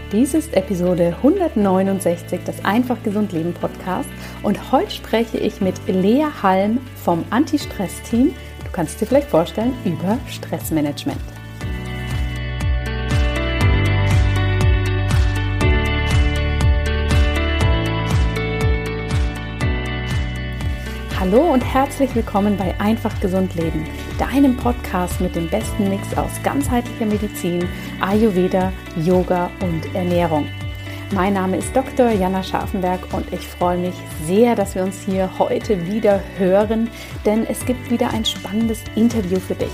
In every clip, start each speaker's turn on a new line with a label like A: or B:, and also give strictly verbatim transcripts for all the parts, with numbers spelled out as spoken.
A: Dies ist Episode hundertneunundsechzig des Einfach Gesund Leben Podcast und heute spreche ich mit Lea Halm vom Anti-Stress-Team, du kannst dir vielleicht vorstellen, über Stressmanagement. Hallo und herzlich willkommen bei Einfach Gesund Leben, deinem Podcast mit dem besten Mix aus ganzheitlicher Medizin, Ayurveda, Yoga und Ernährung. Mein Name ist Doktor Jana Scharfenberg und ich freue mich sehr, dass wir uns hier heute wieder hören, denn es gibt wieder ein spannendes Interview für dich.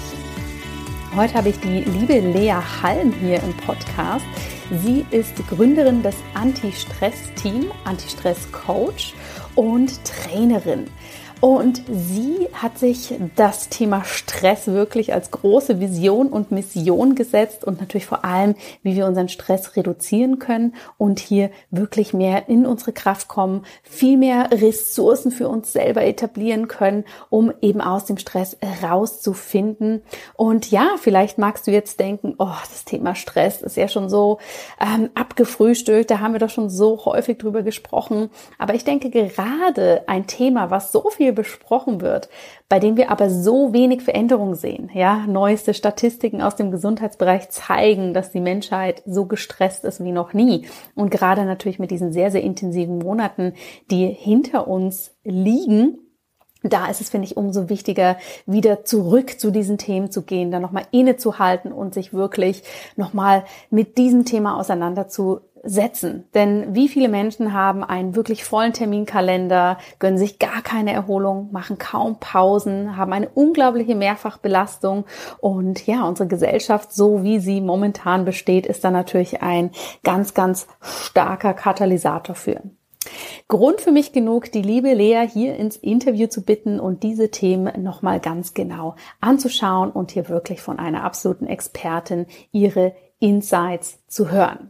A: Heute habe ich die liebe Lea Halm hier im Podcast. Sie ist Gründerin des Anti-Stress-Team, Anti-Stress-Coach und Trainerin. Und sie hat sich das Thema Stress wirklich als große Vision und Mission gesetzt und natürlich vor allem, wie wir unseren Stress reduzieren können und hier wirklich mehr in unsere Kraft kommen, viel mehr Ressourcen für uns selber etablieren können, um eben aus dem Stress rauszufinden. Und ja, vielleicht magst du jetzt denken, oh, das Thema Stress ist ja schon so ähm, abgefrühstückt, da haben wir doch schon so häufig drüber gesprochen. Aber ich denke, gerade ein Thema, was so viel besprochen wird, bei dem wir aber so wenig Veränderung sehen. Ja, neueste Statistiken aus dem Gesundheitsbereich zeigen, dass die Menschheit so gestresst ist wie noch nie. Und gerade natürlich mit diesen sehr, sehr intensiven Monaten, die hinter uns liegen, da ist es, finde ich, umso wichtiger, wieder zurück zu diesen Themen zu gehen, dann nochmal innezuhalten und sich wirklich nochmal mit diesem Thema auseinanderzusetzen. Denn wie viele Menschen haben einen wirklich vollen Terminkalender, gönnen sich gar keine Erholung, machen kaum Pausen, haben eine unglaubliche Mehrfachbelastung. Und ja, unsere Gesellschaft, so wie sie momentan besteht, ist da natürlich ein ganz, ganz starker Katalysator für. Grund für mich genug, die liebe Lea hier ins Interview zu bitten und diese Themen nochmal ganz genau anzuschauen und hier wirklich von einer absoluten Expertin ihre Insights zu hören.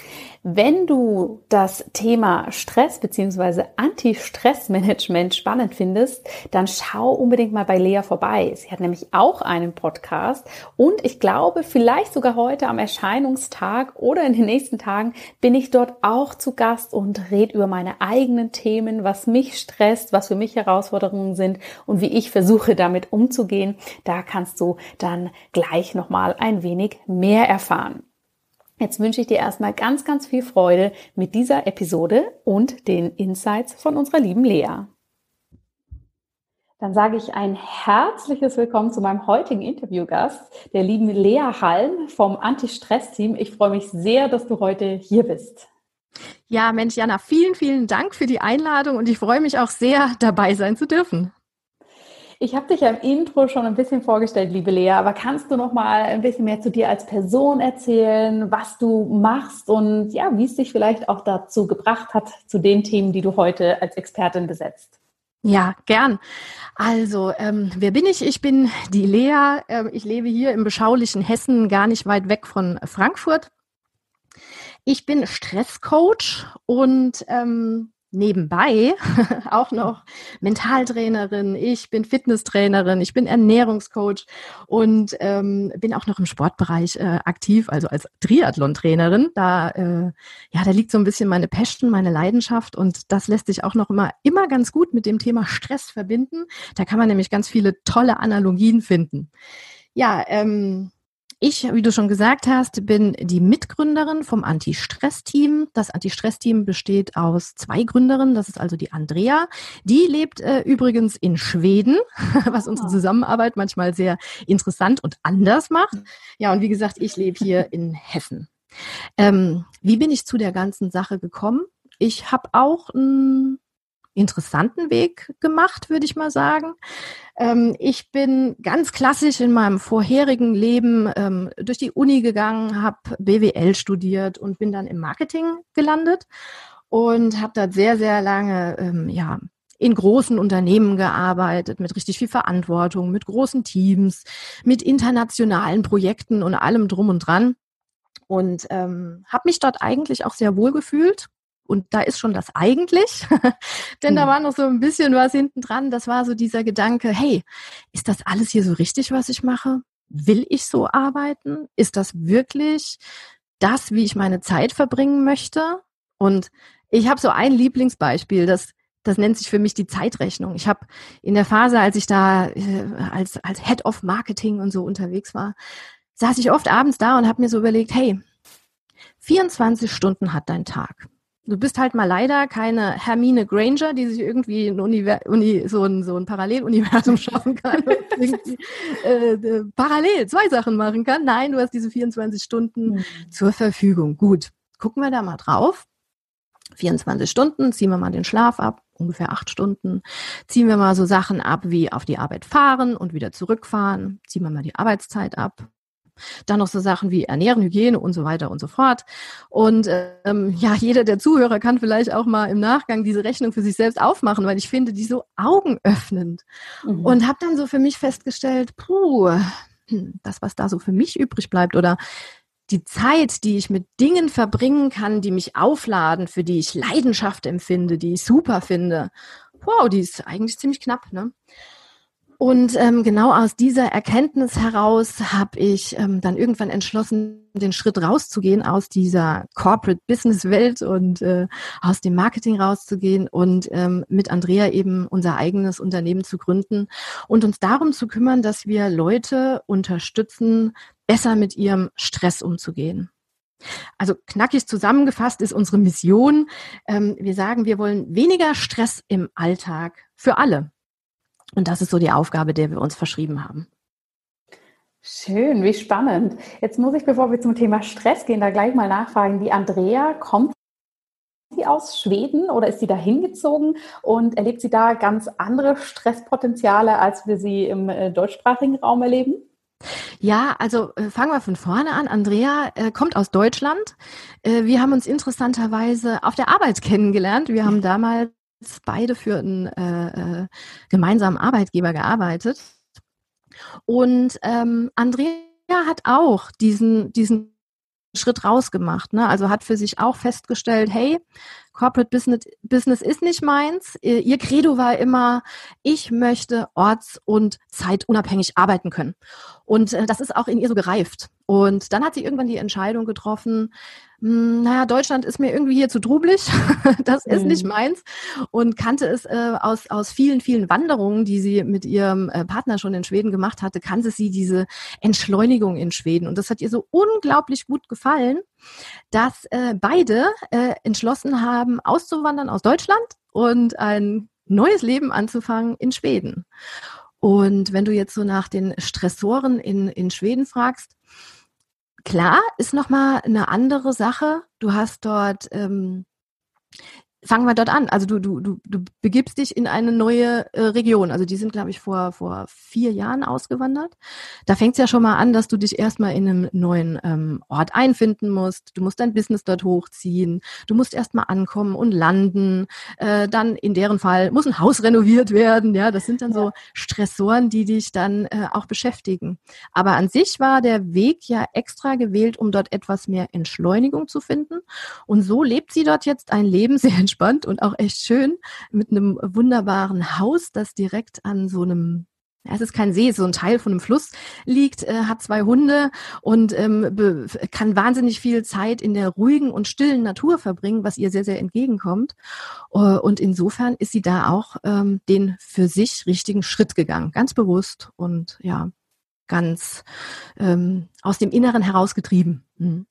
A: Wenn du das Thema Stress bzw. Anti-Stress-Management spannend findest, dann schau unbedingt mal bei Lea vorbei. Sie hat nämlich auch einen Podcast und ich glaube, vielleicht sogar heute am Erscheinungstag oder in den nächsten Tagen bin ich dort auch zu Gast und rede über meine eigenen Themen, was mich stresst, was für mich Herausforderungen sind und wie ich versuche, damit umzugehen. Da kannst du dann gleich nochmal ein wenig mehr erfahren. Jetzt wünsche ich dir erstmal ganz, ganz viel Freude mit dieser Episode und den Insights von unserer lieben Lea. Dann sage ich ein herzliches Willkommen zu meinem heutigen Interviewgast, der lieben Lea Halm vom Anti-Stress-Team. Ich freue mich sehr, dass du heute hier bist.
B: Ja, Mensch, Jana, vielen, vielen Dank für die Einladung und ich freue mich auch sehr, dabei sein zu dürfen.
A: Ich habe dich ja im Intro schon ein bisschen vorgestellt, liebe Lea, aber kannst du noch mal ein bisschen mehr zu dir als Person erzählen, was du machst und ja, wie es dich vielleicht auch dazu gebracht hat, zu den Themen, die du heute als Expertin besetzt?
B: Ja, gern. Also, ähm, wer bin ich? Ich bin die Lea. Äh, ich lebe hier im beschaulichen Hessen, gar nicht weit weg von Frankfurt. Ich bin Stresscoach und ähm, nebenbei auch noch Mentaltrainerin, ich bin Fitnesstrainerin, ich bin Ernährungscoach und ähm, bin auch noch im Sportbereich äh, aktiv, also als Triathlon-Trainerin. Da, äh, ja, da liegt so ein bisschen meine Passion, meine Leidenschaft und das lässt sich auch noch immer, immer ganz gut mit dem Thema Stress verbinden. Da kann man nämlich ganz viele tolle Analogien finden. Ja, ähm, Ich, wie du schon gesagt hast, bin die Mitgründerin vom Anti-Stress-Team. Das Anti-Stress-Team besteht aus zwei Gründerinnen. Das ist also die Andrea. Die lebt äh, übrigens in Schweden, was unsere Zusammenarbeit manchmal sehr interessant und anders macht. Ja, und wie gesagt, ich lebe hier in Hessen. Ähm, wie bin ich zu der ganzen Sache gekommen? Ich habe auch ein interessanten Weg gemacht, würde ich mal sagen. Ähm, ich bin ganz klassisch in meinem vorherigen Leben ähm, durch die Uni gegangen, habe B W L studiert und bin dann im Marketing gelandet und habe da sehr, sehr lange ähm, ja, in großen Unternehmen gearbeitet, mit richtig viel Verantwortung, mit großen Teams, mit internationalen Projekten und allem drum und dran und ähm, habe mich dort eigentlich auch sehr wohl gefühlt. Und da ist schon das eigentlich, denn da war noch so ein bisschen was hinten dran. Das war so dieser Gedanke, hey, ist das alles hier so richtig, was ich mache? Will ich so arbeiten? Ist das wirklich das, wie ich meine Zeit verbringen möchte. Und ich habe so ein Lieblingsbeispiel, das Das nennt sich für mich die Zeitrechnung. Ich habe in der Phase, als ich da äh, als als Head of Marketing und so unterwegs war, saß ich oft abends da und habe mir so überlegt, hey, vierundzwanzig Stunden hat dein Tag. Du bist halt mal leider keine Hermine Granger, die sich irgendwie ein Univer- Uni, so ein, so ein Paralleluniversum schaffen kann und irgendwie äh, äh, parallel zwei Sachen machen kann. Nein, du hast diese vierundzwanzig Stunden mhm. zur Verfügung. Gut, gucken wir da mal drauf. vierundzwanzig Stunden, ziehen wir mal den Schlaf ab, ungefähr acht Stunden. Ziehen wir mal so Sachen ab wie auf die Arbeit fahren und wieder zurückfahren. Ziehen wir mal die Arbeitszeit ab. Dann noch so Sachen wie Ernähren, Hygiene und so weiter und so fort. Und ähm, ja, jeder der Zuhörer kann vielleicht auch mal im Nachgang diese Rechnung für sich selbst aufmachen, weil ich finde die so augenöffnend. Mhm. Und habe dann so für mich festgestellt, puh, das, was da so für mich übrig bleibt oder die Zeit, die ich mit Dingen verbringen kann, die mich aufladen, für die ich Leidenschaft empfinde, die ich super finde, wow, die ist eigentlich ziemlich knapp, ne? Und ähm, genau aus dieser Erkenntnis heraus habe ich ähm, dann irgendwann entschlossen, den Schritt rauszugehen aus dieser Corporate-Business-Welt und äh, aus dem Marketing rauszugehen und ähm, mit Andrea eben unser eigenes Unternehmen zu gründen und uns darum zu kümmern, dass wir Leute unterstützen, besser mit ihrem Stress umzugehen. Also knackig zusammengefasst ist unsere Mission. Ähm, wir sagen, wir wollen weniger Stress im Alltag für alle. Und das ist so die Aufgabe, der wir uns verschrieben haben.
A: Schön, wie spannend. Jetzt muss ich, bevor wir zum Thema Stress gehen, da gleich mal nachfragen. Die Andrea, kommt sie aus Schweden oder ist sie da hingezogen und erlebt sie da ganz andere Stresspotenziale, als wir sie im äh, deutschsprachigen Raum erleben?
B: Ja, also äh, fangen wir von vorne an. Andrea äh, kommt aus Deutschland. Äh, wir haben uns interessanterweise auf der Arbeit kennengelernt. Wir haben damals beide für einen äh, äh, gemeinsamen Arbeitgeber gearbeitet. Und ähm, Andrea hat auch diesen, diesen Schritt rausgemacht, ne? Also hat für sich auch festgestellt, hey, Corporate Business, Business ist nicht meins. Ihr Credo war immer, ich möchte orts- und zeitunabhängig arbeiten können. Und äh, das ist auch in ihr so gereift. Und dann hat sie irgendwann die Entscheidung getroffen, mh, naja, Deutschland ist mir irgendwie hier zu trubelig, das ist mhm. nicht meins. Und kannte es äh, aus, aus vielen, vielen Wanderungen, die sie mit ihrem äh, Partner schon in Schweden gemacht hatte, kannte sie diese Entschleunigung in Schweden. Und das hat ihr so unglaublich gut gefallen, dass äh, beide äh, entschlossen haben, auszuwandern aus Deutschland und ein neues Leben anzufangen in Schweden. Und wenn du jetzt so nach den Stressoren in, in Schweden fragst, klar, ist nochmal eine andere Sache. Du hast dort, ähm, fangen wir dort an. Also du, du, du, du begibst dich in eine neue äh, Region. Also die sind, glaube ich, vor, vor vier Jahren ausgewandert. Da fängt es ja schon mal an, dass du dich erstmal in einem neuen ähm, Ort einfinden musst. Du musst dein Business dort hochziehen. Du musst erstmal ankommen und landen. Äh, dann in deren Fall muss ein Haus renoviert werden. Ja, das sind dann ja. so Stressoren, die dich dann äh, auch beschäftigen. Aber an sich war der Weg ja extra gewählt, um dort etwas mehr Entschleunigung zu finden. Und so lebt sie dort jetzt ein Leben sehr spannend und auch echt schön mit einem wunderbaren Haus, das direkt an so einem, ja, es ist kein See, so ein Teil von einem Fluss liegt, äh, hat zwei Hunde und ähm, be- kann wahnsinnig viel Zeit in der ruhigen und stillen Natur verbringen, was ihr sehr, sehr entgegenkommt. Uh, und insofern ist sie da auch ähm, den für sich richtigen Schritt gegangen, ganz bewusst und ja, ganz ähm, aus dem Inneren herausgetrieben. Mhm.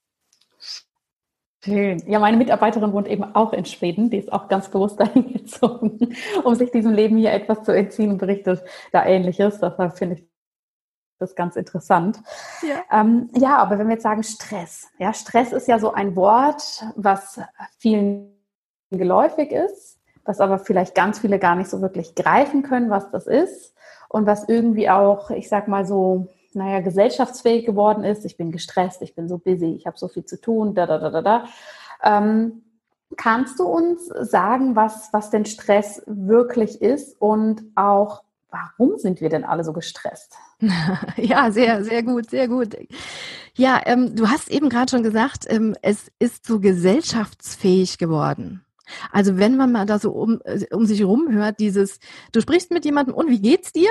A: Schön. Ja, meine Mitarbeiterin wohnt eben auch in Schweden. Die ist auch ganz bewusst dahin gezogen, um sich diesem Leben hier etwas zu entziehen und berichtet da Ähnliches. Deshalb finde ich das ganz interessant. Ja. Ähm, ja, aber wenn wir jetzt sagen Stress. Ja, Stress ist ja so ein Wort, was vielen geläufig ist, was aber vielleicht ganz viele gar nicht so wirklich greifen können, was das ist und was irgendwie auch, ich sag mal so, naja, gesellschaftsfähig geworden ist. Ich bin gestresst, ich bin so busy, ich habe so viel zu tun, da, da, da, da, da. Ähm, kannst du uns sagen, was, was denn Stress wirklich ist und auch, warum sind wir denn alle so gestresst?
B: Ja, sehr, sehr gut, sehr gut. Ja, ähm, du hast eben gerade schon gesagt, ähm, es ist so gesellschaftsfähig geworden. Also wenn man mal da so um, um sich rumhört, dieses, du sprichst mit jemandem und wie geht's dir?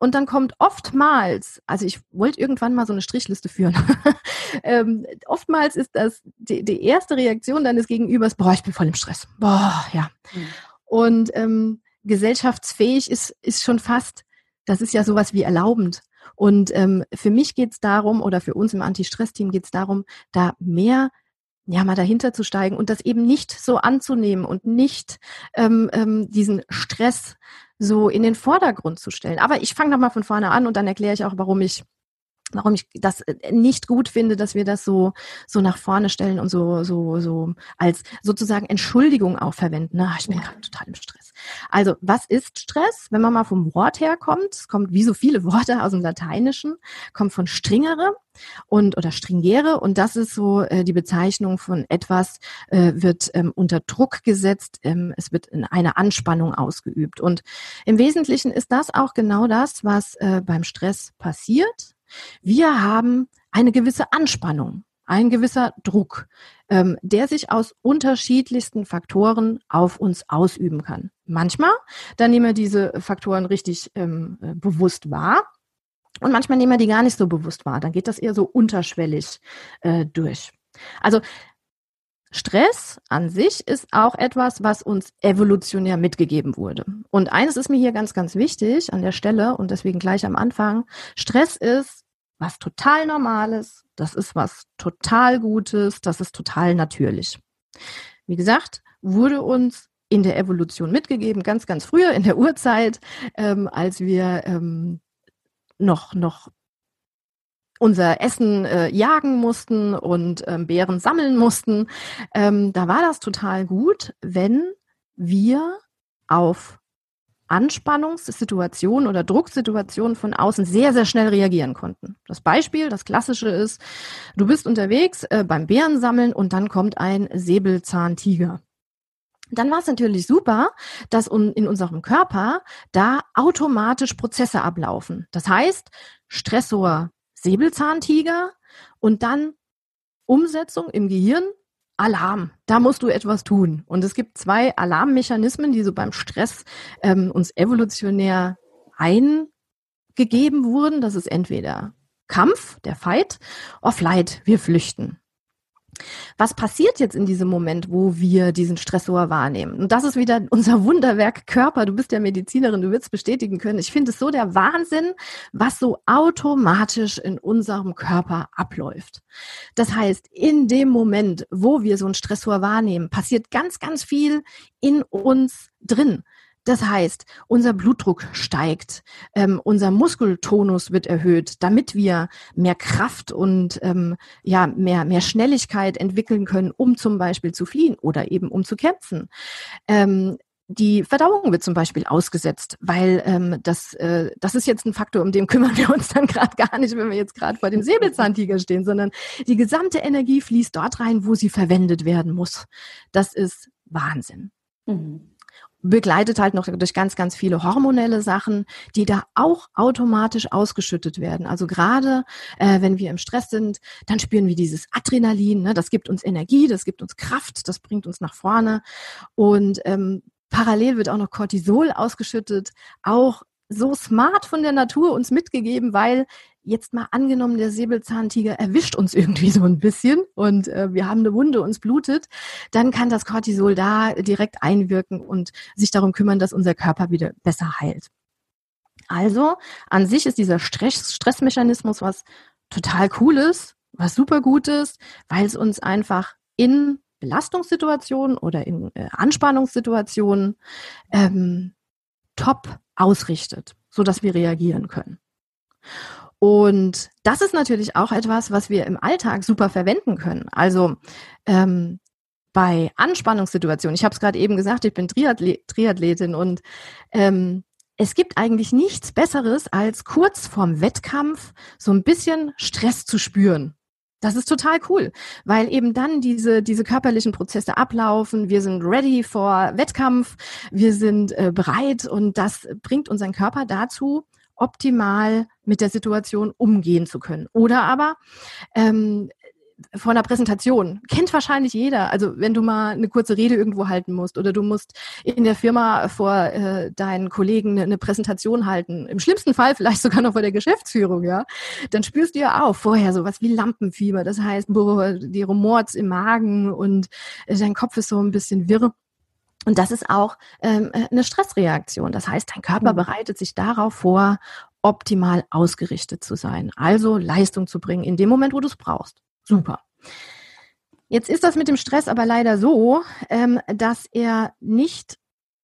B: Und dann kommt oftmals, also ich wollte irgendwann mal so eine Strichliste führen, ähm, oftmals ist das die, die erste Reaktion deines Gegenübers, boah, ich bin voll im Stress. Boah, ja. Mhm. Und ähm, gesellschaftsfähig ist, ist schon fast, das ist ja sowas wie erlaubend. Und ähm, für mich geht es darum, oder für uns im Anti-Stress-Team geht es darum, da mehr ja mal dahinter zu steigen und das eben nicht so anzunehmen und nicht ähm, ähm, diesen Stress so in den Vordergrund zu stellen. Aber ich fange nochmal von vorne an und dann erkläre ich auch, warum ich warum ich das nicht gut finde, dass wir das so so nach vorne stellen und so so so als sozusagen Entschuldigung auch verwenden. Na, ich bin gerade total im Stress. Also, was ist Stress? Wenn man mal vom Wort her kommt, es kommt wie so viele Worte aus dem Lateinischen, kommt von stringere und oder stringere und das ist so äh, die Bezeichnung von etwas äh, wird ähm, unter Druck gesetzt, ähm, es wird in eine Anspannung ausgeübt und im Wesentlichen ist das auch genau das, was äh, beim Stress passiert. Wir haben eine gewisse Anspannung, ein gewisser Druck, ähm, der sich aus unterschiedlichsten Faktoren auf uns ausüben kann. Manchmal, dann nehmen wir diese Faktoren richtig ähm, bewusst wahr und manchmal nehmen wir die gar nicht so bewusst wahr. Dann geht das eher so unterschwellig äh, durch. Also Stress an sich ist auch etwas, was uns evolutionär mitgegeben wurde. Und eines ist mir hier ganz, ganz wichtig an der Stelle und deswegen gleich am Anfang. Stress ist was total Normales, das ist was total Gutes, das ist total natürlich. Wie gesagt, wurde uns in der Evolution mitgegeben, ganz, ganz früher in der Urzeit, ähm, als wir ähm, noch, noch unser Essen äh, jagen mussten und ähm, Beeren sammeln mussten. Ähm, da war das total gut, wenn wir auf Anspannungssituationen oder Drucksituationen von außen sehr, sehr schnell reagieren konnten. Das Beispiel, das klassische ist, du bist unterwegs äh, beim Bärensammeln und dann kommt ein Säbelzahntiger. Dann war es natürlich super, dass un- in unserem Körper da automatisch Prozesse ablaufen. Das heißt, Stressor Säbelzahntiger und dann Umsetzung im Gehirn, Alarm, da musst du etwas tun. Und es gibt zwei Alarmmechanismen, die so beim Stress ähm, uns evolutionär eingegeben wurden. Das ist entweder Kampf, der Fight, or Flight, wir flüchten. Was passiert jetzt in diesem Moment, wo wir diesen Stressor wahrnehmen? Und das ist wieder unser Wunderwerk Körper. Du bist ja Medizinerin, du wirst bestätigen können. Ich finde es so der Wahnsinn, was so automatisch in unserem Körper abläuft. Das heißt, in dem Moment, wo wir so einen Stressor wahrnehmen, passiert ganz, ganz viel in uns drin. Das heißt, unser Blutdruck steigt, ähm, unser Muskeltonus wird erhöht, damit wir mehr Kraft und ähm, ja mehr mehr Schnelligkeit entwickeln können, um zum Beispiel zu fliehen oder eben um zu kämpfen. Ähm, die Verdauung wird zum Beispiel ausgesetzt, weil ähm, das äh, das ist jetzt ein Faktor, um den kümmern wir uns dann gerade gar nicht, wenn wir jetzt gerade vor dem Säbelzahntiger stehen, sondern die gesamte Energie fließt dort rein, wo sie verwendet werden muss. Das ist Wahnsinn. Mhm. Begleitet halt noch durch ganz, ganz viele hormonelle Sachen, die da auch automatisch ausgeschüttet werden. Also gerade äh, wenn wir im Stress sind, dann spüren wir dieses Adrenalin, ne? Das gibt uns Energie, das gibt uns Kraft, das bringt uns nach vorne. Und ähm, parallel wird auch noch Cortisol ausgeschüttet, auch so smart von der Natur uns mitgegeben, weil jetzt mal angenommen, der Säbelzahntiger erwischt uns irgendwie so ein bisschen und äh, wir haben eine Wunde, uns blutet, dann kann das Cortisol da direkt einwirken und sich darum kümmern, dass unser Körper wieder besser heilt. Also an sich ist dieser Stress, Stressmechanismus was total Cooles, was super Gutes, weil es uns einfach in Belastungssituationen oder in äh, Anspannungssituationen ähm, top ausrichtet, sodass wir reagieren können. Und das ist natürlich auch etwas, was wir im Alltag super verwenden können. Also ähm, bei Anspannungssituationen, ich habe es gerade eben gesagt, ich bin Triathle- Triathletin und ähm, es gibt eigentlich nichts Besseres, als kurz vorm Wettkampf so ein bisschen Stress zu spüren. Das ist total cool, weil eben dann diese diese körperlichen Prozesse ablaufen. Wir sind ready for Wettkampf, wir sind äh, bereit und das bringt unseren Körper dazu, optimal mit der Situation umgehen zu können. Oder aber, ähm, vor einer Präsentation, kennt wahrscheinlich jeder. Also wenn du mal eine kurze Rede irgendwo halten musst oder du musst in der Firma vor äh, deinen Kollegen eine, eine Präsentation halten, im schlimmsten Fall vielleicht sogar noch vor der Geschäftsführung, ja, dann spürst du ja auch vorher sowas wie Lampenfieber. Das heißt, boah, dir rumort's im Magen und äh, dein Kopf ist so ein bisschen wirr. Und das ist auch ähm, eine Stressreaktion. Das heißt, dein Körper bereitet sich darauf vor, optimal ausgerichtet zu sein. Also Leistung zu bringen in dem Moment, wo du es brauchst. Super. Jetzt ist das mit dem Stress aber leider so, ähm, dass er nicht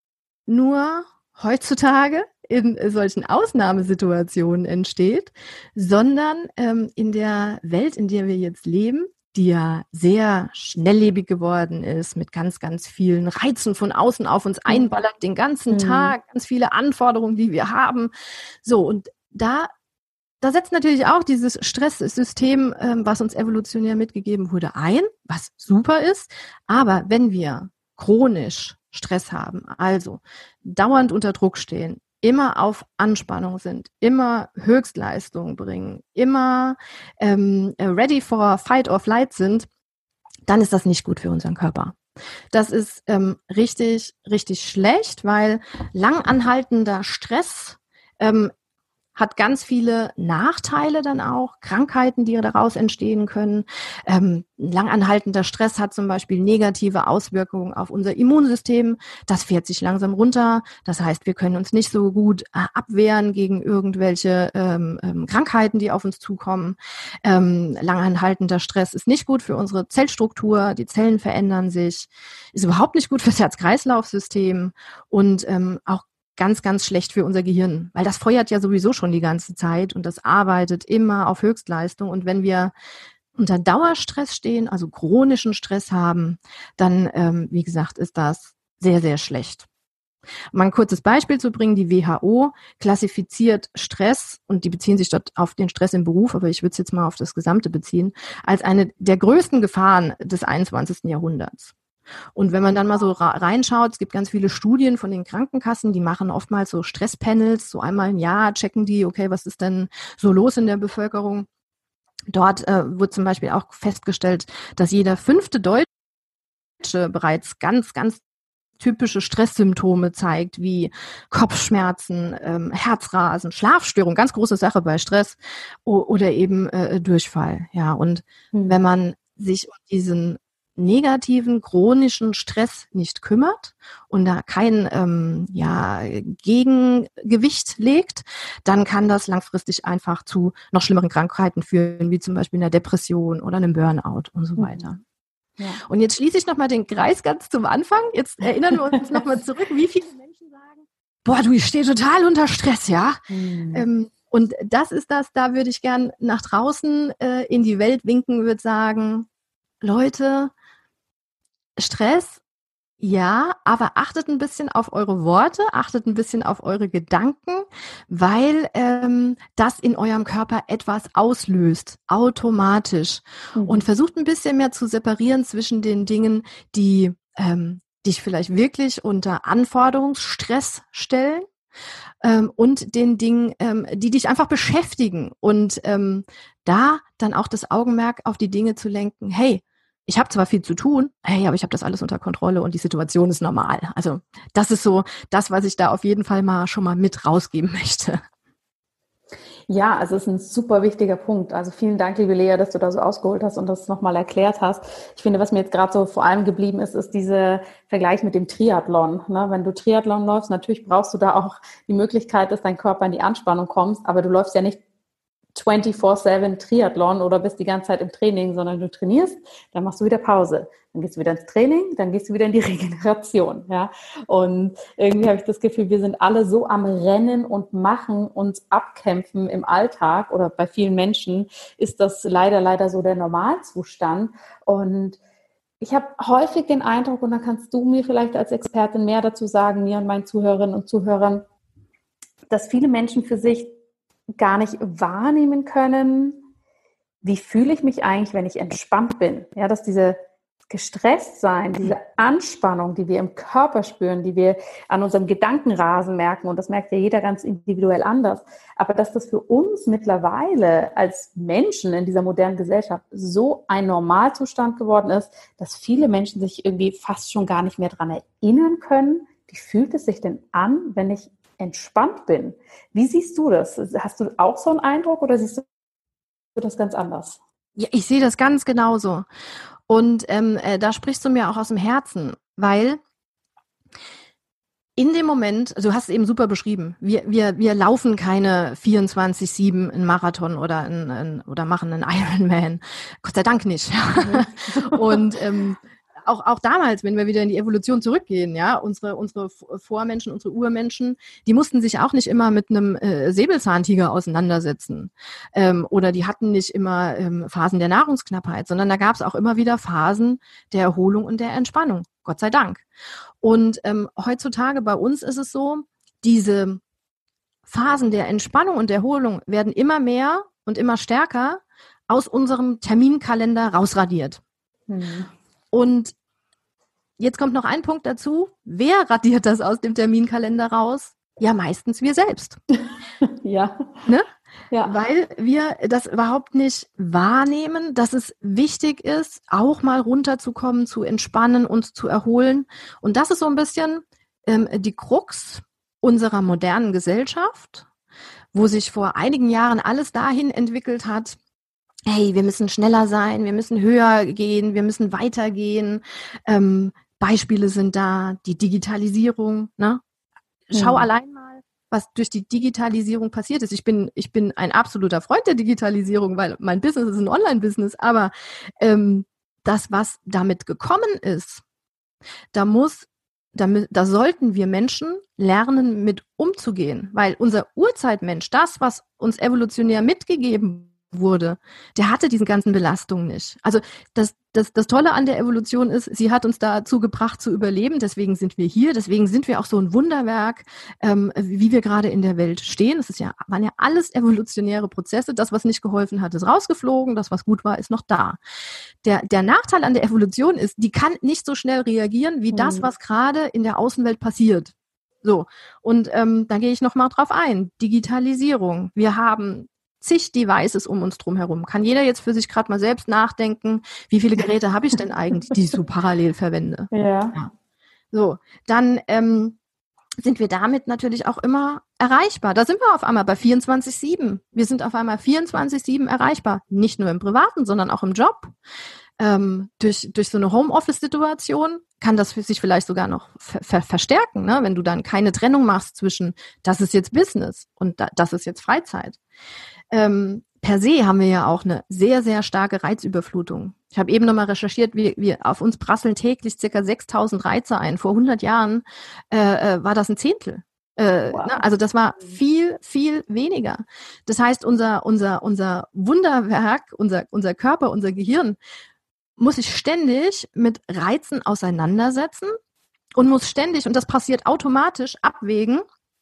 B: nur heutzutage in solchen Ausnahmesituationen entsteht, sondern ähm, in der Welt, in der wir jetzt leben, die ja sehr schnelllebig geworden ist, mit ganz, ganz vielen Reizen von außen auf uns einballert, den ganzen mhm. Tag, ganz viele Anforderungen, die wir haben. So, und da, da setzt natürlich auch dieses Stresssystem, ähm, was uns evolutionär mitgegeben wurde, ein, was super ist. Aber wenn wir chronisch Stress haben, also dauernd unter Druck stehen, immer auf Anspannung sind, immer Höchstleistung bringen, immer ähm, ready for fight or flight sind, dann ist das nicht gut für unseren Körper. Das ist ähm, richtig, richtig schlecht, weil langanhaltender Stress ähm, hat ganz viele Nachteile dann auch, Krankheiten, die daraus entstehen können. Ähm, langanhaltender Stress hat zum Beispiel negative Auswirkungen auf unser Immunsystem. Das fährt sich langsam runter. Das heißt, wir können uns nicht so gut äh, abwehren gegen irgendwelche ähm, ähm, Krankheiten, die auf uns zukommen. Ähm, langanhaltender Stress ist nicht gut für unsere Zellstruktur. Die Zellen verändern sich. Ist überhaupt nicht gut fürs Herz-Kreislauf-System und ähm, auch ganz, ganz schlecht für unser Gehirn, weil das feuert ja sowieso schon die ganze Zeit und das arbeitet immer auf Höchstleistung. Und wenn wir unter Dauerstress stehen, also chronischen Stress haben, dann, ähm, wie gesagt, ist das sehr, sehr schlecht. Um ein kurzes Beispiel zu bringen, die W H O klassifiziert Stress, und die beziehen sich dort auf den Stress im Beruf, aber ich würde es jetzt mal auf das Gesamte beziehen, als eine der größten Gefahren des einundzwanzigsten Jahrhunderts. Und wenn man dann mal so reinschaut, es gibt ganz viele Studien von den Krankenkassen, die machen oftmals so Stresspanels, so einmal im Jahr checken die, okay, was ist denn so los in der Bevölkerung? Dort äh, wird zum Beispiel auch festgestellt, dass jeder fünfte Deutsche bereits ganz, ganz typische Stresssymptome zeigt, wie Kopfschmerzen, ähm, Herzrasen, Schlafstörung, ganz große Sache bei Stress, o- oder eben äh, Durchfall. Ja, und mhm. wenn man sich um diesen negativen, chronischen Stress nicht kümmert und da kein ähm, ja, Gegengewicht legt, dann kann das langfristig einfach zu noch schlimmeren Krankheiten führen, wie zum Beispiel einer Depression oder einem Burnout und so weiter. Ja. Und jetzt schließe ich nochmal den Kreis ganz zum Anfang. Jetzt erinnern wir uns nochmal zurück, wie viele Menschen sagen, boah, du, ich stehe total unter Stress, ja. Mhm. Ähm, und das ist das, da würde ich gern nach draußen äh, in die Welt winken, würde sagen, Leute, Stress, ja, aber achtet ein bisschen auf eure Worte, achtet ein bisschen auf eure Gedanken, weil ähm, das in eurem Körper etwas auslöst, automatisch. Mhm. Und versucht ein bisschen mehr zu separieren zwischen den Dingen, die ähm, dich vielleicht wirklich unter Anforderungsstress stellen, ähm, und den Dingen, ähm, die dich einfach beschäftigen. Und ähm, da dann auch das Augenmerk auf die Dinge zu lenken, hey, ich habe zwar viel zu tun, hey, aber ich habe das alles unter Kontrolle und die Situation ist normal. Also das ist so das, was ich da auf jeden Fall mal schon mal mit rausgeben möchte.
A: Ja, also es ist ein super wichtiger Punkt. Also vielen Dank, liebe Lea, dass du da so ausgeholt hast und das nochmal erklärt hast. Ich finde, was mir jetzt gerade so vor allem geblieben ist, ist dieser Vergleich mit dem Triathlon. Ne? Wenn du Triathlon läufst, natürlich brauchst du da auch die Möglichkeit, dass dein Körper in die Anspannung kommt, aber du läufst ja nicht vierundzwanzig sieben Triathlon oder bist die ganze Zeit im Training, sondern du trainierst, dann machst du wieder Pause. Dann gehst du wieder ins Training, dann gehst du wieder in die Regeneration. Ja? Und irgendwie habe ich das Gefühl, wir sind alle so am Rennen und Machen, uns abkämpfen im Alltag, oder bei vielen Menschen ist das leider, leider so der Normalzustand. Und ich habe häufig den Eindruck, und da kannst du mir vielleicht als Expertin mehr dazu sagen, mir und meinen Zuhörerinnen und Zuhörern, dass viele Menschen für sich gar nicht wahrnehmen können, wie fühle ich mich eigentlich, wenn ich entspannt bin. Ja, dass diese gestresst sein, diese Anspannung, die wir im Körper spüren, die wir an unserem Gedankenrasen merken, und das merkt ja jeder ganz individuell anders, aber dass das für uns mittlerweile als Menschen in dieser modernen Gesellschaft so ein Normalzustand geworden ist, dass viele Menschen sich irgendwie fast schon gar nicht mehr daran erinnern können, wie fühlt es sich denn an, wenn ich entspannt bin? Wie siehst du das? Hast du auch so einen Eindruck oder siehst du das ganz anders?
B: Ja, ich sehe das ganz genauso. Und ähm, äh, da sprichst du mir auch aus dem Herzen, weil in dem Moment, du hast es eben super beschrieben, wir, wir, wir laufen keine vierundzwanzig sieben einen Marathon oder, ein, ein, oder machen einen Ironman. Gott sei Dank nicht. Mhm. Und ähm, auch, auch damals, wenn wir wieder in die Evolution zurückgehen, ja, unsere, unsere Vormenschen, unsere Urmenschen, die mussten sich auch nicht immer mit einem äh, Säbelzahntiger auseinandersetzen. Ähm, oder die hatten nicht immer ähm, Phasen der Nahrungsknappheit, sondern da gab es auch immer wieder Phasen der Erholung und der Entspannung. Gott sei Dank. Und ähm, heutzutage bei uns ist es so, diese Phasen der Entspannung und der Erholung werden immer mehr und immer stärker aus unserem Terminkalender rausradiert. Mhm. Und jetzt kommt noch ein Punkt dazu. Wer radiert das aus dem Terminkalender raus? Ja, meistens wir selbst.
A: Ja.
B: Ne?
A: Ja.
B: Weil wir das überhaupt nicht wahrnehmen, dass es wichtig ist, auch mal runterzukommen, zu entspannen und zu erholen. Und das ist so ein bisschen ähm, die Krux unserer modernen Gesellschaft, wo sich vor einigen Jahren alles dahin entwickelt hat, hey, wir müssen schneller sein, wir müssen höher gehen, wir müssen weitergehen. Ähm, Beispiele sind da, die Digitalisierung. Ne? Schau hm. allein mal, was durch die Digitalisierung passiert ist. Ich bin, ich bin ein absoluter Freund der Digitalisierung, weil mein Business ist ein Online-Business. Aber ähm, das, was damit gekommen ist, da muss, da, da sollten wir Menschen lernen, mit umzugehen. Weil unser Urzeitmensch, das, was uns evolutionär mitgegeben wurde, der hatte diese ganzen Belastungen nicht. Also das, das, das Tolle an der Evolution ist, sie hat uns dazu gebracht zu überleben, deswegen sind wir hier, deswegen sind wir auch so ein Wunderwerk, ähm, wie wir gerade in der Welt stehen. Das ist ja, waren ja alles evolutionäre Prozesse. Das, was nicht geholfen hat, ist rausgeflogen, das, was gut war, ist noch da. Der, der Nachteil an der Evolution ist, die kann nicht so schnell reagieren, wie mhm. das, was gerade in der Außenwelt passiert. So, und ähm, da gehe ich nochmal drauf ein. Digitalisierung. Wir haben zig Devices um uns drum herum. Kann jeder jetzt für sich gerade mal selbst nachdenken, wie viele Geräte habe ich denn eigentlich, die ich so parallel verwende?
A: Ja.
B: ja. So, dann ähm, sind wir damit natürlich auch immer erreichbar. Da sind wir auf einmal bei vierundzwanzig sieben. Wir sind auf einmal vierundzwanzig sieben erreichbar. Nicht nur im Privaten, sondern auch im Job. Ähm, durch, durch so eine Homeoffice-Situation kann das für sich vielleicht sogar noch ver- ver- verstärken, ne? Wenn du dann keine Trennung machst zwischen, das ist jetzt Business und da, das ist jetzt Freizeit. Ähm, per se haben wir ja auch eine sehr, sehr starke Reizüberflutung. Ich habe eben nochmal recherchiert, wir, wir auf uns prasseln täglich circa sechstausend Reize ein. Vor hundert Jahren äh, äh, war das ein Zehntel. Äh, wow. ne? Also das war viel, viel weniger. Das heißt, unser, unser, unser Wunderwerk, unser, unser Körper, unser Gehirn muss sich ständig mit Reizen auseinandersetzen und muss ständig, und das passiert automatisch, abwägen,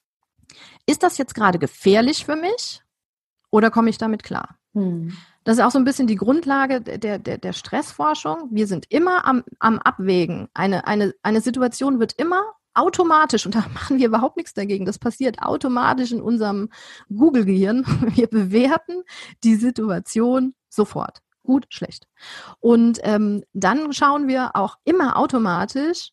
B: ist das jetzt gerade gefährlich für mich oder komme ich damit klar? Hm. Das ist auch so ein bisschen die Grundlage der, der, der Stressforschung. Wir sind immer am, am Abwägen. Eine, eine, eine Situation wird immer automatisch, und da machen wir überhaupt nichts dagegen, das passiert automatisch in unserem Google-Gehirn. Wir bewerten die Situation sofort. Gut, schlecht. Und ähm, dann schauen wir auch immer automatisch,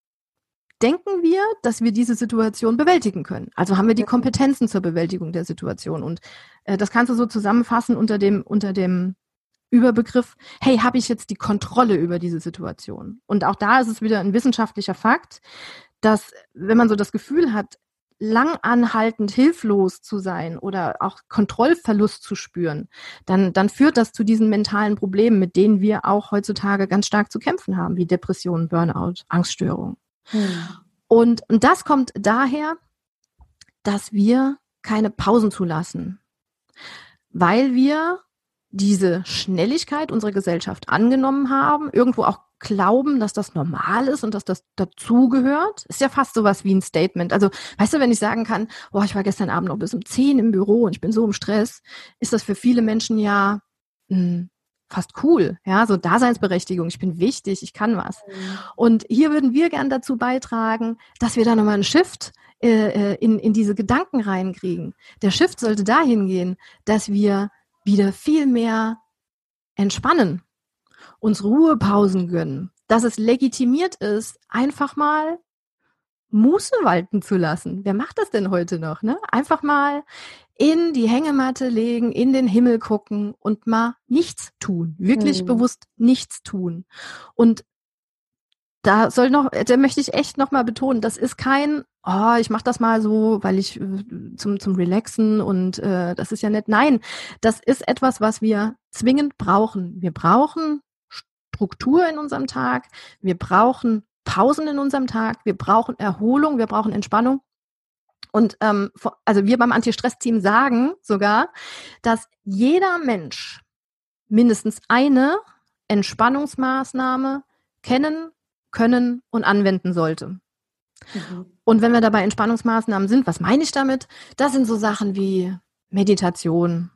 B: denken wir, dass wir diese Situation bewältigen können. Also haben wir die Kompetenzen zur Bewältigung der Situation. Und äh, das kannst du so zusammenfassen unter dem, unter dem Überbegriff, hey, habe ich jetzt die Kontrolle über diese Situation? Und auch da ist es wieder ein wissenschaftlicher Fakt, dass wenn man so das Gefühl hat, langanhaltend hilflos zu sein oder auch Kontrollverlust zu spüren, dann, dann führt das zu diesen mentalen Problemen, mit denen wir auch heutzutage ganz stark zu kämpfen haben, wie Depressionen, Burnout, Angststörungen. Hm. Und, und das kommt daher, dass wir keine Pausen zulassen, weil wir diese Schnelligkeit unserer Gesellschaft angenommen haben, irgendwo auch glauben, dass das normal ist und dass das dazugehört. Ist ja fast sowas wie ein Statement. Also, weißt du, wenn ich sagen kann, boah, ich war gestern Abend noch bis um zehn im Büro und ich bin so im Stress, ist das für viele Menschen ja mh, fast cool, ja, so Daseinsberechtigung, ich bin wichtig, ich kann was. Und hier würden wir gern dazu beitragen, dass wir da nochmal einen Shift äh, in, in diese Gedanken reinkriegen. Der Shift sollte dahin gehen, dass wir wieder viel mehr entspannen, uns Ruhepausen gönnen, dass es legitimiert ist, einfach mal Muße walten zu lassen. Wer macht das denn heute noch? Ne? Einfach mal in die Hängematte legen, in den Himmel gucken und mal nichts tun. Wirklich mhm. bewusst nichts tun. Und da soll noch, da möchte ich echt noch mal betonen, das ist kein, oh, ich mache das mal so, weil ich zum zum Relaxen und äh, das ist ja nett. Nein, das ist etwas, was wir zwingend brauchen. Wir brauchen Struktur in unserem Tag. Wir brauchen Pausen in unserem Tag, wir brauchen Erholung, wir brauchen Entspannung. Und ähm, also wir beim Anti-Stress-Team sagen sogar, dass jeder Mensch mindestens eine Entspannungsmaßnahme kennen, können und anwenden sollte. Mhm. Und wenn wir dabei Entspannungsmaßnahmen sind, was meine ich damit? Das sind so Sachen wie Meditation,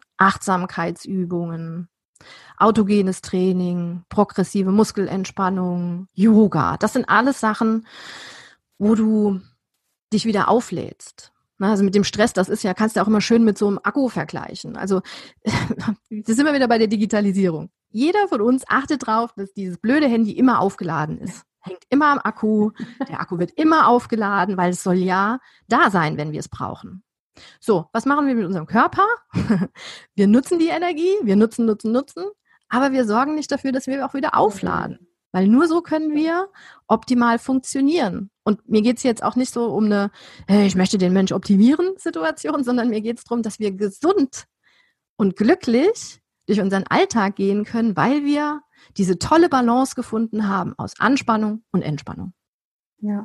B: Achtsamkeitsübungen, autogenes Training, progressive Muskelentspannung, Yoga. Das sind alles Sachen, wo du dich wieder auflädst. Also mit dem Stress, das ist ja, kannst du auch immer schön mit so einem Akku vergleichen. Also da sind wir wieder bei der Digitalisierung. Jeder von uns achtet darauf, dass dieses blöde Handy immer aufgeladen ist. Hängt immer am Akku, der Akku wird immer aufgeladen, weil es soll ja da sein, wenn wir es brauchen. So, was machen wir mit unserem Körper? Wir nutzen die Energie, wir nutzen, nutzen, nutzen, aber wir sorgen nicht dafür, dass wir auch wieder aufladen. Weil nur so können wir optimal funktionieren. Und mir geht's jetzt auch nicht so um eine, hey, ich möchte den Mensch optimieren Situation, sondern mir geht's darum, dass wir gesund und glücklich durch unseren Alltag gehen können, weil wir diese tolle Balance gefunden haben aus Anspannung und Entspannung.
A: Ja.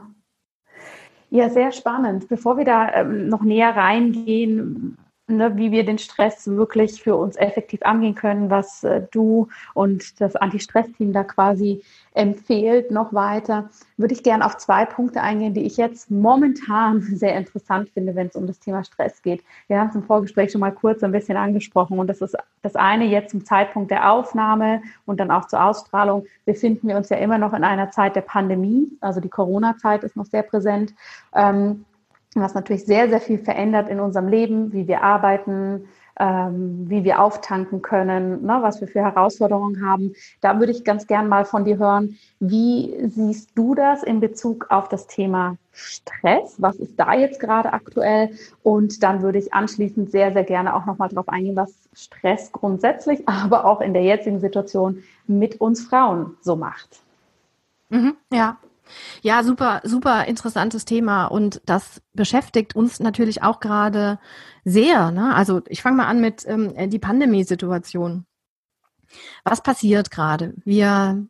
A: Ja, sehr spannend. Bevor wir da ähm, noch näher reingehen, ne, wie wir den Stress wirklich für uns effektiv angehen können, was äh, du und das Anti-Stress-Team da quasi empfehlt, noch weiter, würde ich gerne auf zwei Punkte eingehen, die ich jetzt momentan sehr interessant finde, wenn es um das Thema Stress geht. Wir haben es im Vorgespräch schon mal kurz ein bisschen angesprochen und das ist das eine jetzt zum Zeitpunkt der Aufnahme und dann auch zur Ausstrahlung. Befinden wir uns ja immer noch in einer Zeit der Pandemie, also die Corona-Zeit ist noch sehr präsent, ähm, was natürlich sehr, sehr viel verändert in unserem Leben, wie wir arbeiten, ähm, wie wir auftanken können, ne, was wir für Herausforderungen haben. Da würde ich ganz gern mal von dir hören, wie siehst du das in Bezug auf das Thema Stress? Was ist da jetzt gerade aktuell? Und dann würde ich anschließend sehr, sehr gerne auch nochmal darauf eingehen, was Stress grundsätzlich, aber auch in der jetzigen Situation mit uns Frauen so macht.
B: Mhm, ja. Ja, super, super interessantes Thema und das beschäftigt uns natürlich auch gerade sehr. Ne? Also ich fange mal an mit ähm, die Pandemiesituation. Was passiert gerade? Wir,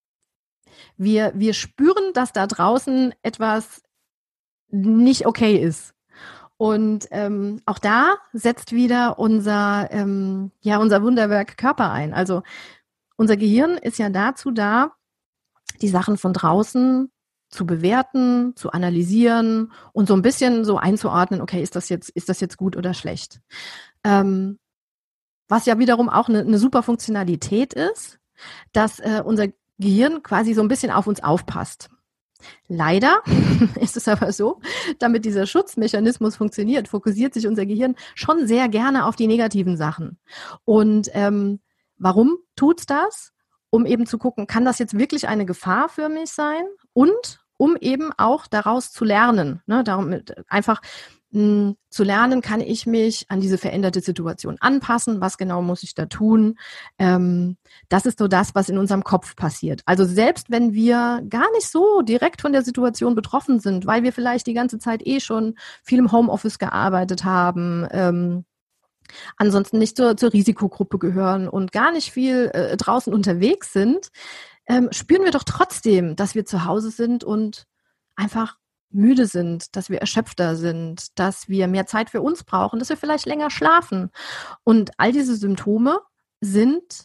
B: wir, wir spüren, dass da draußen etwas nicht okay ist. Und ähm, auch da setzt wieder unser, ähm, ja, unser Wunderwerk Körper ein. Also unser Gehirn ist ja dazu da, die Sachen von draußen zu bewerten, zu analysieren und so ein bisschen so einzuordnen, okay, ist das jetzt, ist das jetzt gut oder schlecht? Ähm, was ja wiederum auch eine, eine super Funktionalität ist, dass äh, unser Gehirn quasi so ein bisschen auf uns aufpasst. Leider ist es aber so, damit dieser Schutzmechanismus funktioniert, fokussiert sich unser Gehirn schon sehr gerne auf die negativen Sachen. Und ähm, warum tut's das? Um eben zu gucken, kann das jetzt wirklich eine Gefahr für mich sein? Und um eben auch daraus zu lernen. Ne? Darum einfach mh, zu lernen, kann ich mich an diese veränderte Situation anpassen? Was genau muss ich da tun? Ähm, das ist so das, was in unserem Kopf passiert. Also selbst wenn wir gar nicht so direkt von der Situation betroffen sind, weil wir vielleicht die ganze Zeit eh schon viel im Homeoffice gearbeitet haben, ähm, ansonsten nicht zur, zur Risikogruppe gehören und gar nicht viel äh, draußen unterwegs sind, ähm, spüren wir doch trotzdem, dass wir zu Hause sind und einfach müde sind, dass wir erschöpfter sind, dass wir mehr Zeit für uns brauchen, dass wir vielleicht länger schlafen. Und all diese Symptome sind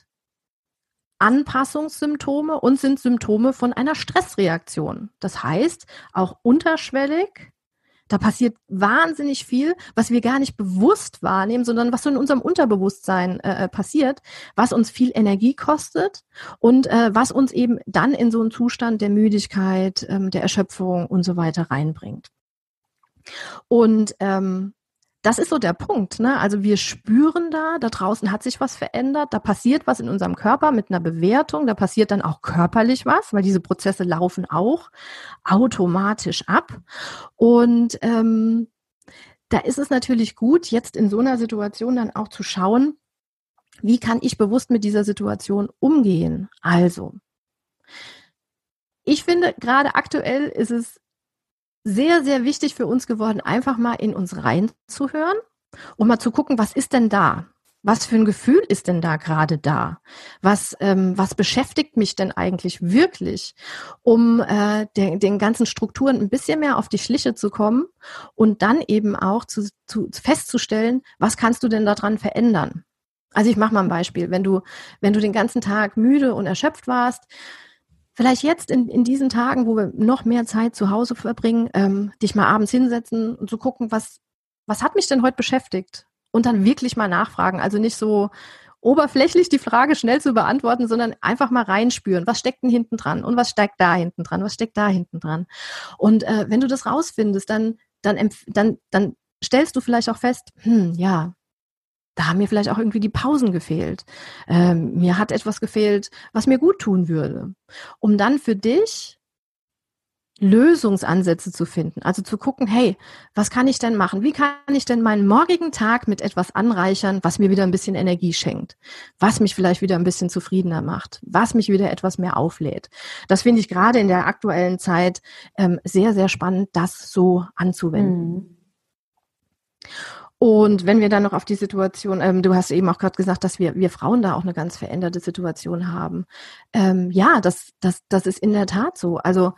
B: Anpassungssymptome und sind Symptome von einer Stressreaktion. Das heißt, auch unterschwellig Da passiert wahnsinnig viel, was wir gar nicht bewusst wahrnehmen, sondern was so in unserem Unterbewusstsein äh, passiert, was uns viel Energie kostet und äh, was uns eben dann in so einen Zustand der Müdigkeit, ähm, der Erschöpfung und so weiter reinbringt. Und ähm, das ist so der Punkt, ne? Also wir spüren da, da draußen hat sich was verändert, da passiert was in unserem Körper mit einer Bewertung, da passiert dann auch körperlich was, weil diese Prozesse laufen auch automatisch ab. Und ähm, da ist es natürlich gut, jetzt in so einer Situation dann auch zu schauen, wie kann ich bewusst mit dieser Situation umgehen? Also, ich finde, gerade aktuell ist es sehr, sehr wichtig für uns geworden, einfach mal in uns reinzuhören und mal zu gucken, was ist denn da? Was für ein Gefühl ist denn da gerade da? Was, ähm, was beschäftigt mich denn eigentlich wirklich, um äh, den, den ganzen Strukturen ein bisschen mehr auf die Schliche zu kommen und dann eben auch zu, zu festzustellen, was kannst du denn daran verändern? Also ich mache mal ein Beispiel. Wenn du, wenn du den ganzen Tag müde und erschöpft warst, vielleicht jetzt in, in diesen Tagen, wo wir noch mehr Zeit zu Hause verbringen, ähm, dich mal abends hinsetzen und zu gucken, was, was hat mich denn heute beschäftigt? Und dann wirklich mal nachfragen. Also nicht so oberflächlich die Frage schnell zu beantworten, sondern einfach mal reinspüren. Was steckt denn hinten dran? Und was steckt da hinten dran? Was steckt da hinten dran? Und äh, wenn du das rausfindest, dann, dann, dann, dann stellst du vielleicht auch fest, hm, ja, da haben mir vielleicht auch irgendwie die Pausen gefehlt. Ähm, mir hat etwas gefehlt, was mir gut tun würde. Um dann für dich Lösungsansätze zu finden. Also zu gucken, hey, was kann ich denn machen? Wie kann ich denn meinen morgigen Tag mit etwas anreichern, was mir wieder ein bisschen Energie schenkt? Was mich vielleicht wieder ein bisschen zufriedener macht? Was mich wieder etwas mehr auflädt? Das finde ich gerade in der aktuellen Zeit ähm, sehr, sehr spannend, das so anzuwenden. Mhm. Und wenn wir dann noch auf die Situation, ähm, du hast eben auch gerade gesagt, dass wir wir Frauen da auch eine ganz veränderte Situation haben. Ähm, ja, das das das ist in der Tat so. Also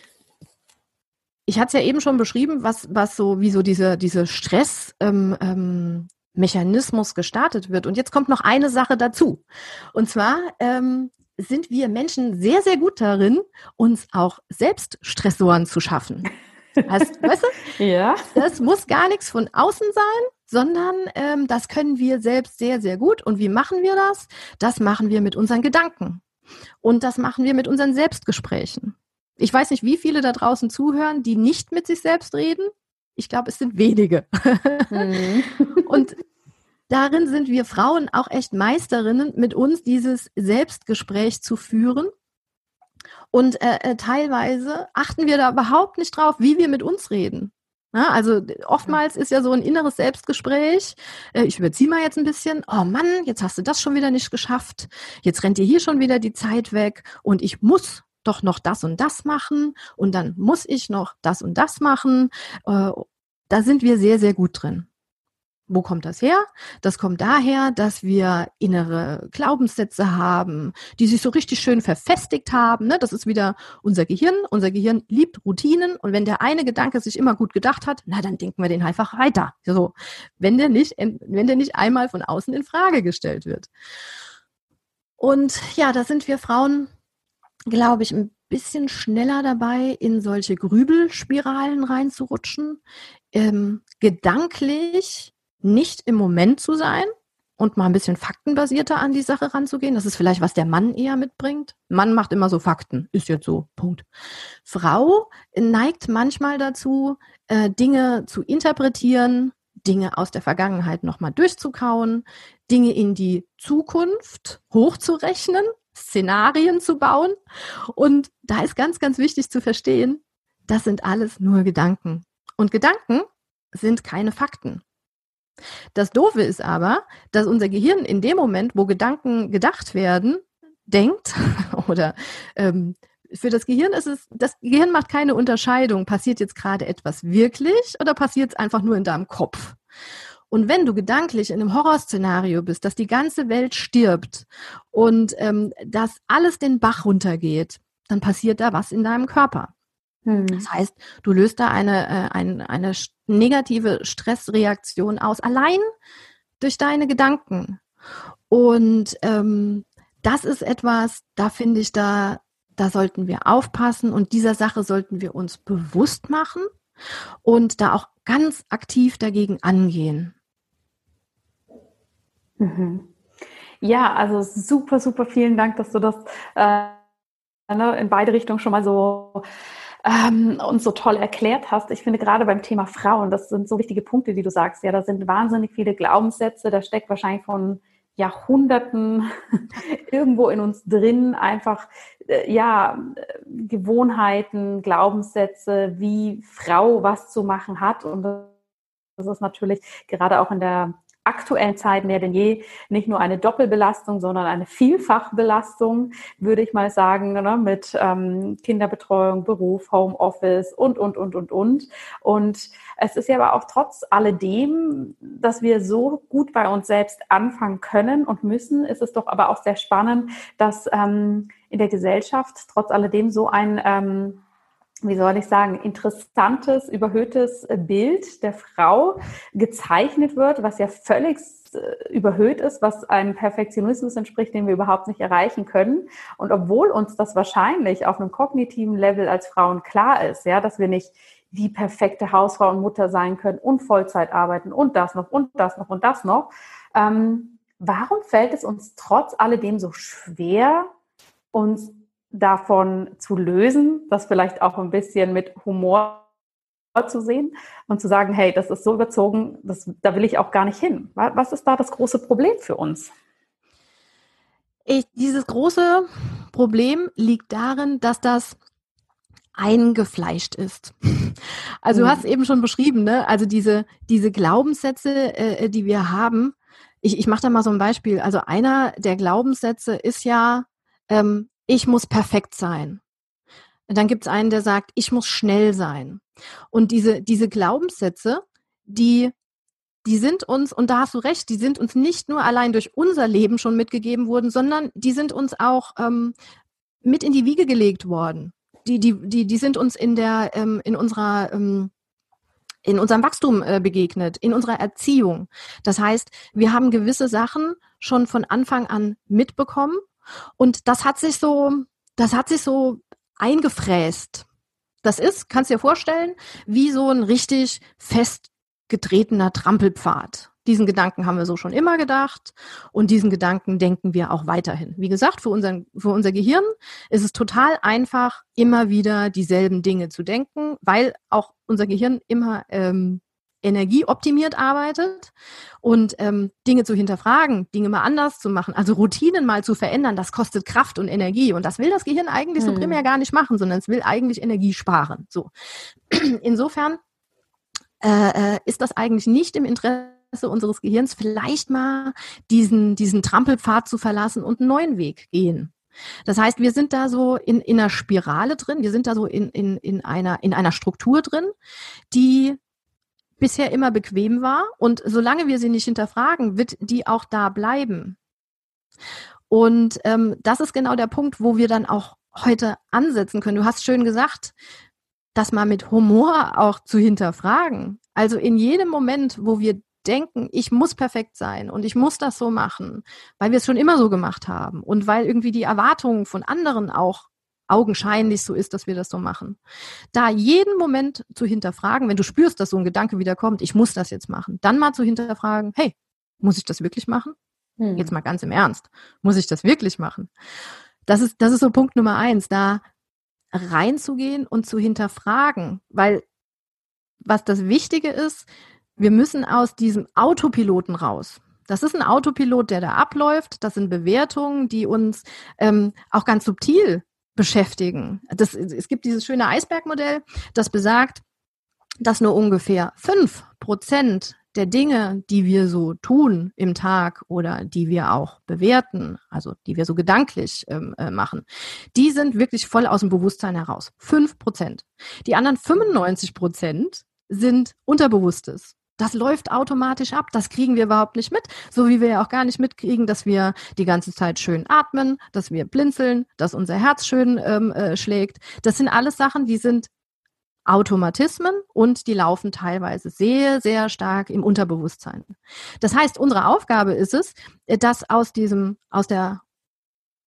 B: ich hatte es ja eben schon beschrieben, was was so wie so diese diese Stress ähm, ähm, Mechanismus gestartet wird. Und jetzt kommt noch eine Sache dazu. Und zwar ähm, sind wir Menschen sehr, sehr gut darin, uns auch selbst Stressoren zu schaffen. Heißt, weißt du?
A: Ja.
B: Das muss gar nichts von außen sein, sondern ähm, das können wir selbst sehr, sehr gut. Und wie machen wir das? Das machen wir mit unseren Gedanken. Und das machen wir mit unseren Selbstgesprächen. Ich weiß nicht, wie viele da draußen zuhören, die nicht mit sich selbst reden. Ich glaube, es sind wenige. Mhm. Und darin sind wir Frauen auch echt Meisterinnen, mit uns dieses Selbstgespräch zu führen. Und äh, teilweise achten wir da überhaupt nicht drauf, wie wir mit uns reden. Ja, also oftmals ist ja so ein inneres Selbstgespräch, äh, ich überziehe mal jetzt ein bisschen, oh Mann, jetzt hast du das schon wieder nicht geschafft, jetzt rennt dir hier schon wieder die Zeit weg und ich muss doch noch das und das machen und dann muss ich noch das und das machen. Äh, da sind wir sehr, sehr gut drin. Wo kommt das her? Das kommt daher, dass wir innere Glaubenssätze haben, die sich so richtig schön verfestigt haben. Ne? Das ist wieder unser Gehirn. Unser Gehirn liebt Routinen. Und wenn der eine Gedanke sich immer gut gedacht hat, na, dann denken wir den einfach weiter. So, wenn der nicht, wenn der nicht einmal von außen in Frage gestellt wird. Und ja, da sind wir Frauen, glaube ich, ein bisschen schneller dabei, in solche Grübelspiralen reinzurutschen, ähm, gedanklich nicht im Moment zu sein und mal ein bisschen faktenbasierter an die Sache ranzugehen. Das ist vielleicht, was der Mann eher mitbringt. Mann macht immer so Fakten, ist jetzt so, Punkt. Frau neigt manchmal dazu, äh, Dinge zu interpretieren, Dinge aus der Vergangenheit nochmal durchzukauen, Dinge in die Zukunft hochzurechnen, Szenarien zu bauen. Und da ist ganz, ganz wichtig zu verstehen, das sind alles nur Gedanken. Und Gedanken sind keine Fakten. Das Doofe ist aber, dass unser Gehirn in dem Moment, wo Gedanken gedacht werden, denkt oder ähm, für das Gehirn ist es, das Gehirn macht keine Unterscheidung, passiert jetzt gerade etwas wirklich oder passiert es einfach nur in deinem Kopf. Und wenn du gedanklich in einem Horrorszenario bist, dass die ganze Welt stirbt und ähm, dass alles den Bach runtergeht, dann passiert da was in deinem Körper. Das heißt, du löst da eine, äh, eine, eine negative Stressreaktion aus, allein durch deine Gedanken. Und ähm, das ist etwas, da finde ich, da, da sollten wir aufpassen und dieser Sache sollten wir uns bewusst machen. und da auch ganz aktiv dagegen angehen.
A: Mhm. Ja, also super, super vielen Dank, dass du das äh, in beide Richtungen schon mal so ähm, uns so toll erklärt hast. Ich finde gerade beim Thema Frauen, das sind so wichtige Punkte, die du sagst. Ja, da sind wahnsinnig viele Glaubenssätze, da steckt wahrscheinlich von Jahrhunderten irgendwo in uns drin einfach äh, ja Gewohnheiten, Glaubenssätze, wie Frau was zu machen hat. Und das ist natürlich gerade auch in der aktuellen Zeit mehr denn je nicht nur eine Doppelbelastung, sondern eine Vielfachbelastung, würde ich mal sagen, ne, mit ähm, Kinderbetreuung, Beruf, Homeoffice und, und, und, und, und. Und es ist ja aber auch trotz alledem, dass wir so gut bei uns selbst anfangen können und müssen, ist es doch aber auch sehr spannend, dass ähm, in der Gesellschaft trotz alledem so ein ähm, wie soll ich sagen, interessantes, überhöhtes Bild der Frau gezeichnet wird, was ja völlig überhöht ist, was einem Perfektionismus entspricht, den wir überhaupt nicht erreichen können. Und obwohl uns das wahrscheinlich auf einem kognitiven Level als Frauen klar ist, ja, dass wir nicht die perfekte Hausfrau und Mutter sein können und Vollzeit arbeiten und das noch und das noch und das noch, ähm, warum fällt es uns trotz alledem so schwer, uns davon zu lösen, das vielleicht auch ein bisschen mit Humor zu sehen und zu sagen, hey, das ist so überzogen, das, da will ich auch gar nicht hin. Was ist da das große Problem für uns?
B: Ich, dieses große Problem liegt darin, dass das eingefleischt ist. Also du hast eben schon beschrieben, ne? Also diese, diese Glaubenssätze, äh, die wir haben. Ich, ich mache da mal so ein Beispiel. Also einer der Glaubenssätze ist ja, ähm, ich muss perfekt sein. Und dann gibt es einen, der sagt, ich muss schnell sein. Und diese, diese Glaubenssätze, die, die sind uns, und da hast du recht, die sind uns nicht nur allein durch unser Leben schon mitgegeben worden, sondern die sind uns auch ähm, mit in die Wiege gelegt worden. Die, die, die, die sind uns in der, ähm, in unserer, ähm, in unserem Wachstum äh, begegnet, in unserer Erziehung. Das heißt, wir haben gewisse Sachen schon von Anfang an mitbekommen und das hat sich so, das hat sich so eingefräst. Das ist, kannst du dir vorstellen, wie so ein richtig festgetretener Trampelpfad. Diesen Gedanken haben wir so schon immer gedacht und diesen Gedanken denken wir auch weiterhin. Wie gesagt, für, unseren, für unser Gehirn ist es total einfach, immer wieder dieselben Dinge zu denken, weil auch unser Gehirn immer ähm, energieoptimiert arbeitet und ähm, Dinge zu hinterfragen, Dinge mal anders zu machen, also Routinen mal zu verändern, das kostet Kraft und Energie und das will das Gehirn eigentlich hm. so primär gar nicht machen, sondern es will eigentlich Energie sparen. So. Insofern äh, ist das eigentlich nicht im Interesse unseres Gehirns, vielleicht mal diesen, diesen Trampelpfad zu verlassen und einen neuen Weg gehen. Das heißt, wir sind da so in, in einer Spirale drin, wir sind da so in, in, in, einer, in einer Struktur drin, die bisher immer bequem war und solange wir sie nicht hinterfragen, wird die auch da bleiben. Und ähm, das ist genau der Punkt, wo wir dann auch heute ansetzen können. Du hast schön gesagt, das mal mit Humor auch zu hinterfragen. Also in jedem Moment, wo wir denken, ich muss perfekt sein und ich muss das so machen, weil wir es schon immer so gemacht haben und weil irgendwie die Erwartung von anderen auch augenscheinlich so ist, dass wir das so machen. Da jeden Moment zu hinterfragen, wenn du spürst, dass so ein Gedanke wieder kommt, ich muss das jetzt machen, dann mal zu hinterfragen, hey, muss ich das wirklich machen? Hm. Jetzt mal ganz im Ernst, muss ich das wirklich machen? Das ist, das ist so Punkt Nummer eins, da reinzugehen und zu hinterfragen, weil was das Wichtige ist, wir müssen aus diesem Autopiloten raus. Das ist ein Autopilot, der da abläuft. Das sind Bewertungen, die uns ähm, auch ganz subtil beschäftigen. Das, es gibt dieses schöne Eisbergmodell, das besagt, dass nur ungefähr fünf Prozent der Dinge, die wir so tun im Tag oder die wir auch bewerten, also die wir so gedanklich ähm, äh, machen, die sind wirklich voll aus dem Bewusstsein heraus. fünf Prozent. Die anderen fünfundneunzig Prozent sind Unterbewusstes. Das läuft automatisch ab, das kriegen wir überhaupt nicht mit, so wie wir ja auch gar nicht mitkriegen, dass wir die ganze Zeit schön atmen, dass wir blinzeln, dass unser Herz schön ähm, äh, schlägt. Das sind alles Sachen, die sind Automatismen und die laufen teilweise sehr, sehr stark im Unterbewusstsein. Das heißt, unsere Aufgabe ist es, dass aus diesem, aus der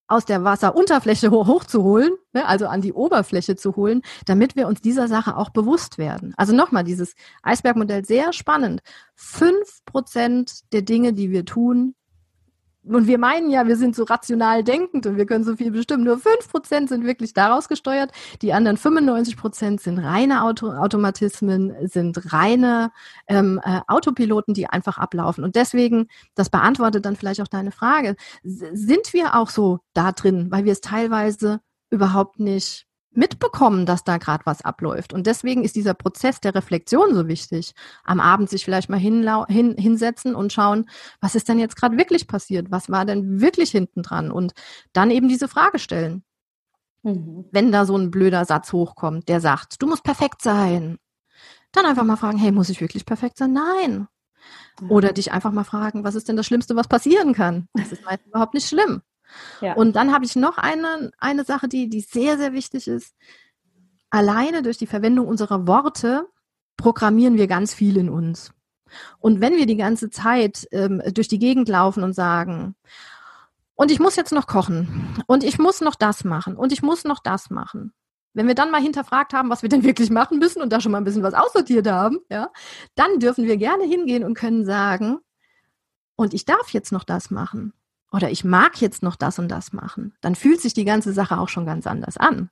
B: aus der Wasserunterfläche hoch, hochzuholen, ne, also an die Oberfläche zu holen, damit wir uns dieser Sache auch bewusst werden. Also nochmal, dieses Eisbergmodell, sehr spannend. Fünf Prozent der Dinge, die wir tun, und wir meinen ja, wir sind so rational denkend und wir können so viel bestimmen. Nur fünf Prozent sind wirklich daraus gesteuert. Die anderen fünfundneunzig Prozent sind reine Auto- Automatismen, sind reine ähm, äh, Autopiloten, die einfach ablaufen. Und deswegen, das beantwortet dann vielleicht auch deine Frage, s- sind wir auch so da drin, weil wir es teilweise überhaupt nicht mitbekommen, dass da gerade was abläuft. Und deswegen ist dieser Prozess der Reflexion so wichtig. Am Abend sich vielleicht mal hinlau- hin, hinsetzen und schauen, was ist denn jetzt gerade wirklich passiert? Was war denn wirklich hinten dran? Und dann eben diese Frage stellen. Mhm. Wenn da so ein blöder Satz hochkommt, der sagt, du musst perfekt sein, dann einfach mal fragen, hey, muss ich wirklich perfekt sein? Nein. Mhm. Oder dich einfach mal fragen, was ist denn das Schlimmste, was passieren kann? Das ist meist überhaupt nicht schlimm. Ja. Und dann habe ich noch eine, eine Sache, die, die sehr, sehr wichtig ist. Alleine durch die Verwendung unserer Worte programmieren wir ganz viel in uns. Und wenn wir die ganze Zeit ähm, durch die Gegend laufen und sagen, und ich muss jetzt noch kochen und ich muss noch das machen und ich muss noch das machen. Wenn wir dann mal hinterfragt haben, was wir denn wirklich machen müssen und da schon mal ein bisschen was aussortiert haben, ja, dann dürfen wir gerne hingehen und können sagen, und ich darf jetzt noch das machen. Oder ich mag jetzt noch das und das machen, dann fühlt sich die ganze Sache auch schon ganz anders an.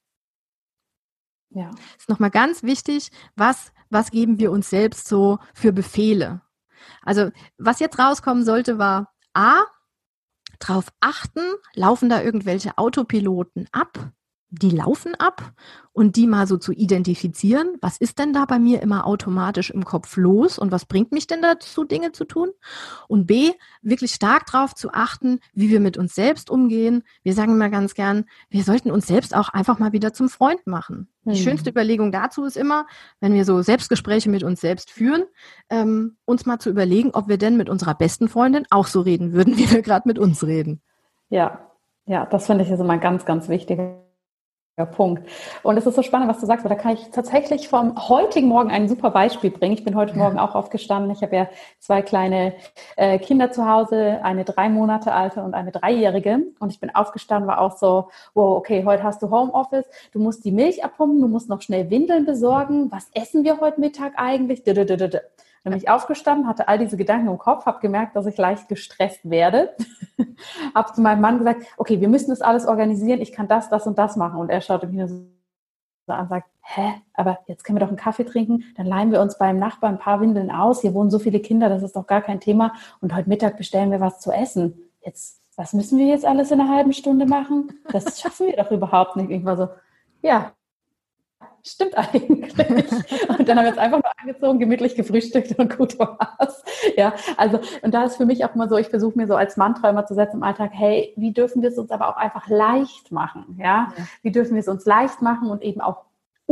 B: Ja. Ist nochmal ganz wichtig, was, was geben wir uns selbst so für Befehle? Also, was jetzt rauskommen sollte, war A, drauf achten, laufen da irgendwelche Autopiloten ab? Die laufen ab und die mal so zu identifizieren, was ist denn da bei mir immer automatisch im Kopf los und was bringt mich denn dazu, Dinge zu tun? Und B, wirklich stark darauf zu achten, wie wir mit uns selbst umgehen. Wir sagen immer ganz gern, wir sollten uns selbst auch einfach mal wieder zum Freund machen. Die mhm. schönste Überlegung dazu ist immer, wenn wir so Selbstgespräche mit uns selbst führen, ähm, uns mal zu überlegen, ob wir denn mit unserer besten Freundin auch so reden würden, wie wir gerade mit uns reden.
A: Ja, ja, das finde ich ist immer ganz, ganz wichtig. Punkt. Und es ist so spannend, was du sagst, weil da kann ich tatsächlich vom heutigen Morgen ein super Beispiel bringen. Ich bin heute Morgen auch aufgestanden. Ich habe ja zwei kleine äh, Kinder zu Hause, eine drei Monate alte und eine dreijährige. Und ich bin aufgestanden, war auch so, wow, okay, heute hast du Homeoffice, du musst die Milch abpumpen, du musst noch schnell Windeln besorgen. Was essen wir heute Mittag eigentlich? Dann bin ich aufgestanden, hatte all diese Gedanken im Kopf, habe gemerkt, dass ich leicht gestresst werde. Habe zu meinem Mann gesagt, okay, wir müssen das alles organisieren, ich kann das, das und das machen. Und er schaute mich nur so an und sagt, hä, aber jetzt können wir doch einen Kaffee trinken, dann leihen wir uns beim Nachbarn ein paar Windeln aus, hier wohnen so viele Kinder, das ist doch gar kein Thema. Und heute Mittag bestellen wir was zu essen. Jetzt, was müssen wir jetzt alles in einer halben Stunde machen? Das schaffen wir doch überhaupt nicht. Ich war so, ja, stimmt eigentlich. Und dann haben wir uns einfach nur angezogen, gemütlich gefrühstückt und gut war's. Ja, also, und da ist für mich auch immer so, ich versuche mir so als Mantra immer zu setzen im Alltag, hey, wie dürfen wir es uns aber auch einfach leicht machen? Ja, ja. Wie dürfen wir es uns leicht machen und eben auch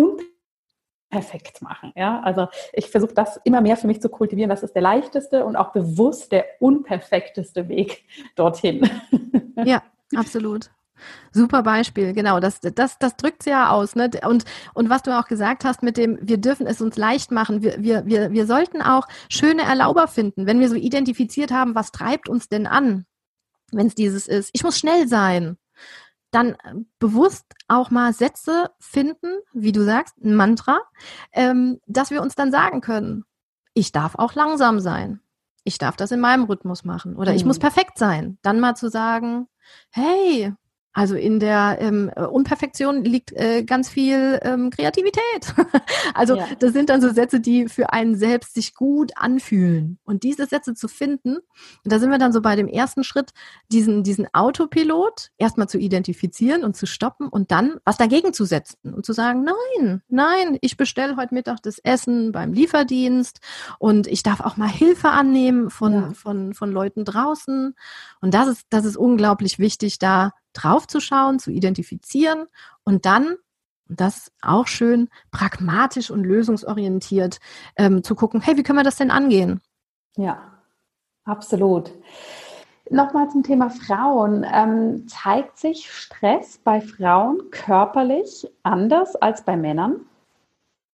A: unperfekt machen? Ja, also ich versuche das immer mehr für mich zu kultivieren. Das ist der leichteste und auch bewusst der unperfekteste Weg dorthin.
B: Ja, absolut. Super Beispiel, genau, das, das, das drückt es ja aus, ne? Und, und was du auch gesagt hast mit dem, wir dürfen es uns leicht machen, wir, wir, wir, wir sollten auch schöne Erlauber finden, wenn wir so identifiziert haben, was treibt uns denn an, wenn es dieses ist, ich muss schnell sein, dann bewusst auch mal Sätze finden, wie du sagst, ein Mantra, ähm, dass wir uns dann sagen können, ich darf auch langsam sein, ich darf das in meinem Rhythmus machen oder hm. ich muss perfekt sein, dann mal zu sagen, hey, also in der ähm, Unperfektion liegt äh, ganz viel ähm, Kreativität. Also ja. Das sind dann so Sätze, die für einen selbst sich gut anfühlen. Und diese Sätze zu finden, und da sind wir dann so bei dem ersten Schritt, diesen, diesen Autopilot erstmal zu identifizieren und zu stoppen und dann was dagegen zu setzen und zu sagen, nein, nein, ich bestelle heute Mittag das Essen beim Lieferdienst und ich darf auch mal Hilfe annehmen von, ja. von, von Leuten draußen. Und das ist, das ist unglaublich wichtig, da drauf zu schauen, zu identifizieren und dann, und das ist auch schön, pragmatisch und lösungsorientiert ähm, zu gucken, hey, wie können wir das denn angehen?
A: Ja, absolut. Nochmal zum Thema Frauen. Ähm, zeigt sich Stress bei Frauen körperlich anders als bei Männern?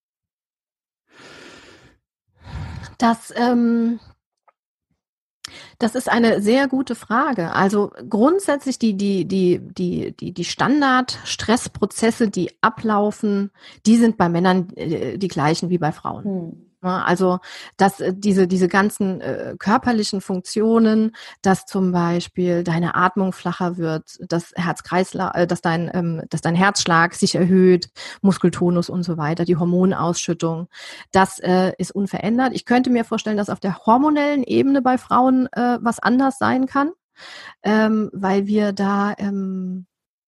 B: Das, ähm, Das ist eine sehr gute Frage. Also grundsätzlich die, die, die, die, die, die Standard-Stressprozesse, die ablaufen, die sind bei Männern äh, die gleichen wie bei Frauen. Hm. Also, dass äh, diese, diese ganzen äh, körperlichen Funktionen, dass zum Beispiel deine Atmung flacher wird, dass Herz-Kreislauf, äh, dass dein, ähm, dass dein Herzschlag sich erhöht, Muskeltonus und so weiter, die Hormonausschüttung, das äh, ist unverändert. Ich könnte mir vorstellen, dass auf der hormonellen Ebene bei Frauen äh, was anders sein kann, ähm, weil wir da ähm,